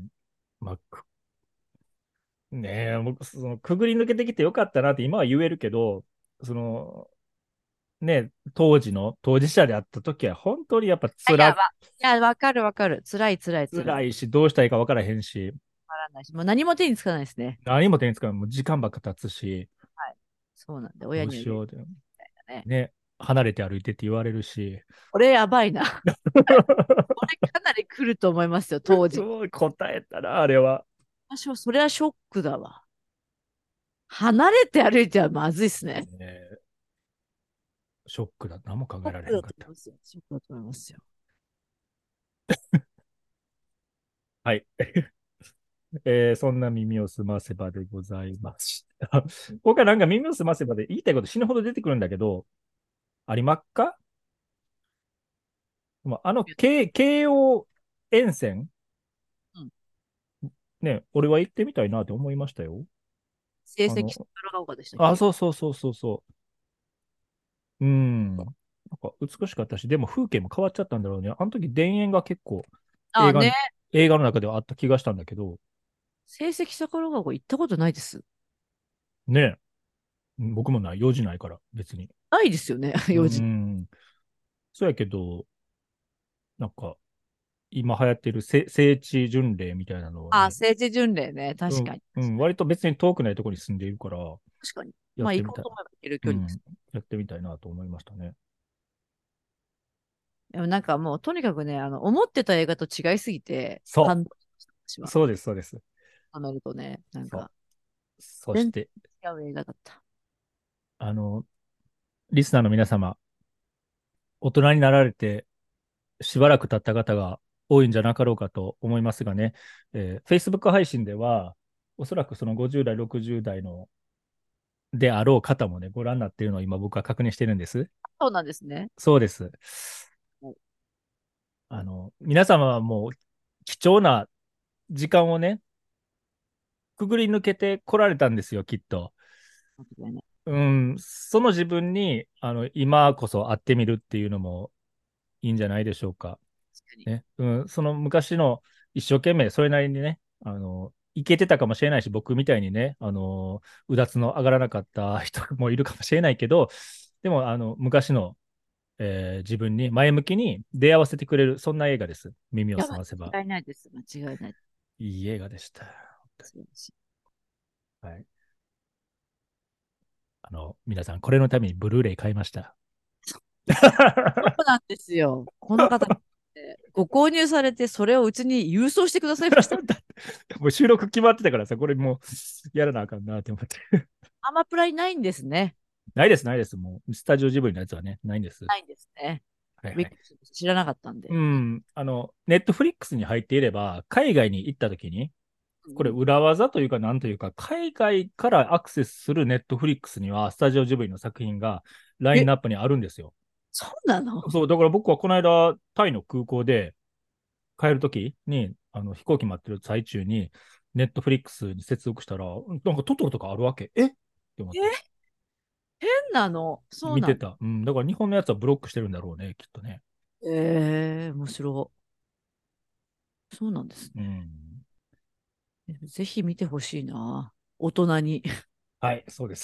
まあ、くねえ、僕、その、くぐり抜けてきてよかったなって今は言えるけど、その、ね、当時の当事者であった時は本当にやっぱあいや、 辛、 わ、いや、わかるわかる。辛い辛い辛い。わ辛いし、どうしたらいいか分からへんし、 からないし、もう何も手につかないですね。 何も手につかない。もう時間ばっか経つし、 はい。そうなんで、 ど親には言えうしようで、 ないね。 ね、離れて歩いてって言われるし、 これやばいな。これかなり来ると思いますよ、当時。 そう答えたな、あれは。 私はそれはショックだわ。離れて歩いてはまずいっすね。 ね、ショックだ。何も考えられショックへんかった。 だと思いますよ。ショックだと思いますよ。 はい。えーそんな耳をすませばでございました。僕はなんか耳をすませばで言いたいこと死ぬほど出てくるんだけど、ありまっか？まああの、京京王沿線、 うん。 ね、俺は行ってみたいなって思いましたよ。 成績あの、 が丘でしたっあ、 け？ そうそうそうそうそう。うん。なんか美しかったし、でも風景も変わっちゃったんだろうね。あの時田園が結構ああね。 映画に、映画の中ではあった気がしたんだけど、 成績桜ヶ丘行ったことないです。 ね、僕もない、用事ないから、別に。 ないですよね、 う用事。 ん。そうやけど、なんか、今流行ってるせ聖地巡礼みたいなのをああ、 ね、 政治巡礼ね。 うん、 確かに。 うん、割と別に遠くないところに住んでいるから、 確かに。まあ、行こうやってみたい。 と思えば行ける距離です。 うん、やってみたいなと思いましたね。 でもなんかもう、とにかくね、あの、思ってた映画と違いすぎて、 そ感動しました。私う、 は。 そうです、そうです。 あめるとね、なんそう。 か、全そして、 然違う映画だった。 あの、リスナーの皆様、大人になられてしばらく経った方が多いんじゃなかろうかと思いますがね、えー Facebook 配信では、おそらくそのごじゅう代、ろくじゅう代のであろう方もね、ご覧になっているのを今僕は確認してるんです。 そうなんですね。 そうです。 もあの、皆様はもう貴重な時間をね、くぐり抜けて来られたんですよ、きっと。 う間違いない。 うん、その自分に、あの、今こそ会ってみるっていうのもいいんじゃないでしょうか。 確かに。 ね。うん、その昔の一生懸命それなりにね、あの、いけてたかもしれないし、僕みたいにね、あの、うだつの上がらなかった人もいるかもしれないけど、でも、あの、昔の、えー自分に前向きに出会わせてくれる、そんな映画です。耳をいや、 澄ませば。 間違いないです。間違いない。 いい映画でした。本当に。 素晴らしい。 はい。あの、皆さん、これのためにブルーレイ買いました。 そうなんですよ。この方、ご購入されて、それをうちに郵送してくださいました。 だってもう収録決まってたからさ、これもうやらなあかんなって思って。 アマプラにないんですね。 ないです、ないです。もう、スタジオジブリのやつはね、ないんです。 ないんですね。 はいはい。 びっくりしました。知らなかったんで。 うん、あの、ネットフリックスに入っていれば、海外に行った時に、これうん。 裏技というか、なんというか、海外からアクセスするネットフリックスには、スタジオジブリの作品がラインえ、 ナップにあるんですよ。 そうなの？ そう、だから僕はこの間、タイの空港で帰る時に、 あの飛行機待ってる最中に、ネットフリックスに接続したら、なんかトトロとかあるわけ。えって思って。 え変なの。そうなんだ。 見てた。うん。だから日本のやつはブロックしてるんだろうね、きっとね。 えー、面白い。そうなんですうね。 ん。 ぜひ見てほしいな。大人に。 はい、そうです。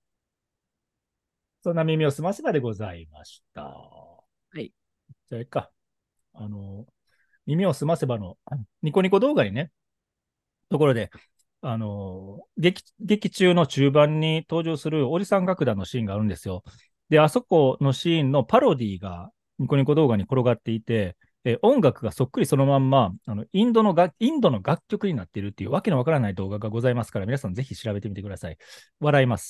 そんな耳をすませばでございました。 はい。 じゃあ、いっか。あの、耳をすませばのニコニコ動画にね、ところで、あの、劇、劇中の中盤に登場するおじさん楽団のシーンがあるんですよ。で、あそこのシーンのパロディがニコニコ動画に転がっていて、え音楽がそっくりそのまんま、あの、インドのが、インドの楽曲になっているっていうわけのわからない動画がございますから、皆さんぜひ調べてみてください。笑います。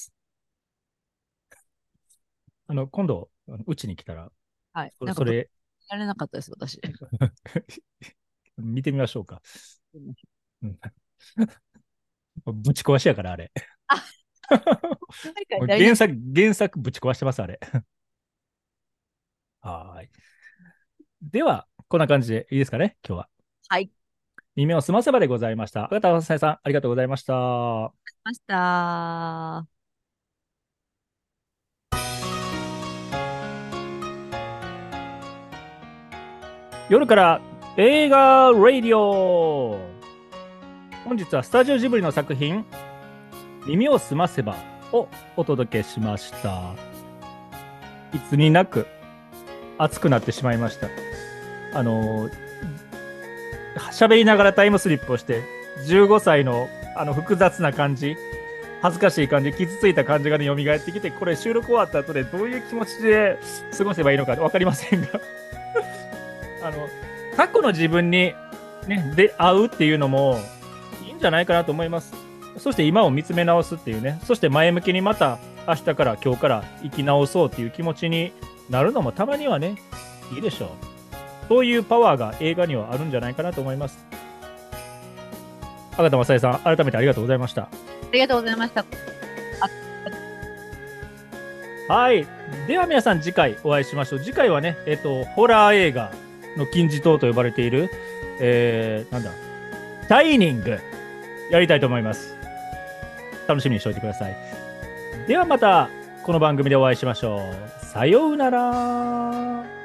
あの、今度、うちに来たら、 はい。 それ、 なんかぶっそれやれなかったです、私。 見てみましょうか。うん、ぶち壊しやから、あれ。 あ、誰か誰にも。 もう原作、原作ぶち壊してます、あれ。はい。では、こんな感じでいいですかね、今日は。 はい。 耳をすませばでございました。赤田さん、ありがとうございました。 ました。 夜から映画ラディオ。本日はスタジオジブリの作品、耳をすませばをお届けしました。いつになく熱くなってしまいました。あの、喋りながらタイムスリップをして、じゅうごさいのあの複雑な感じ、恥ずかしい感じ、傷ついた感じがね、蘇ってきて、これ収録終わった後でどういう気持ちで過ごせばいいのか分かりませんがあの、過去の自分に、ね、で会うっていうのもいいんじゃないかなと思います。そして今を見つめ直すっていうね、そして前向きにまた明日から今日から生き直そうっていう気持ちになるのもたまにはね、いいでしょう。そういうパワーが映画にはあるんじゃないかなと思います。赤田正恵さん、改めてありがとうございました。ありがとうございました。 はい。では皆さん次回お会いしましょう。次回はね、えっと、ホラー映画の金字塔と呼ばれている、えー、なんだ、シャイニング、やりたいと思います。楽しみにしておいてください。ではまた、この番組でお会いしましょう。さようなら。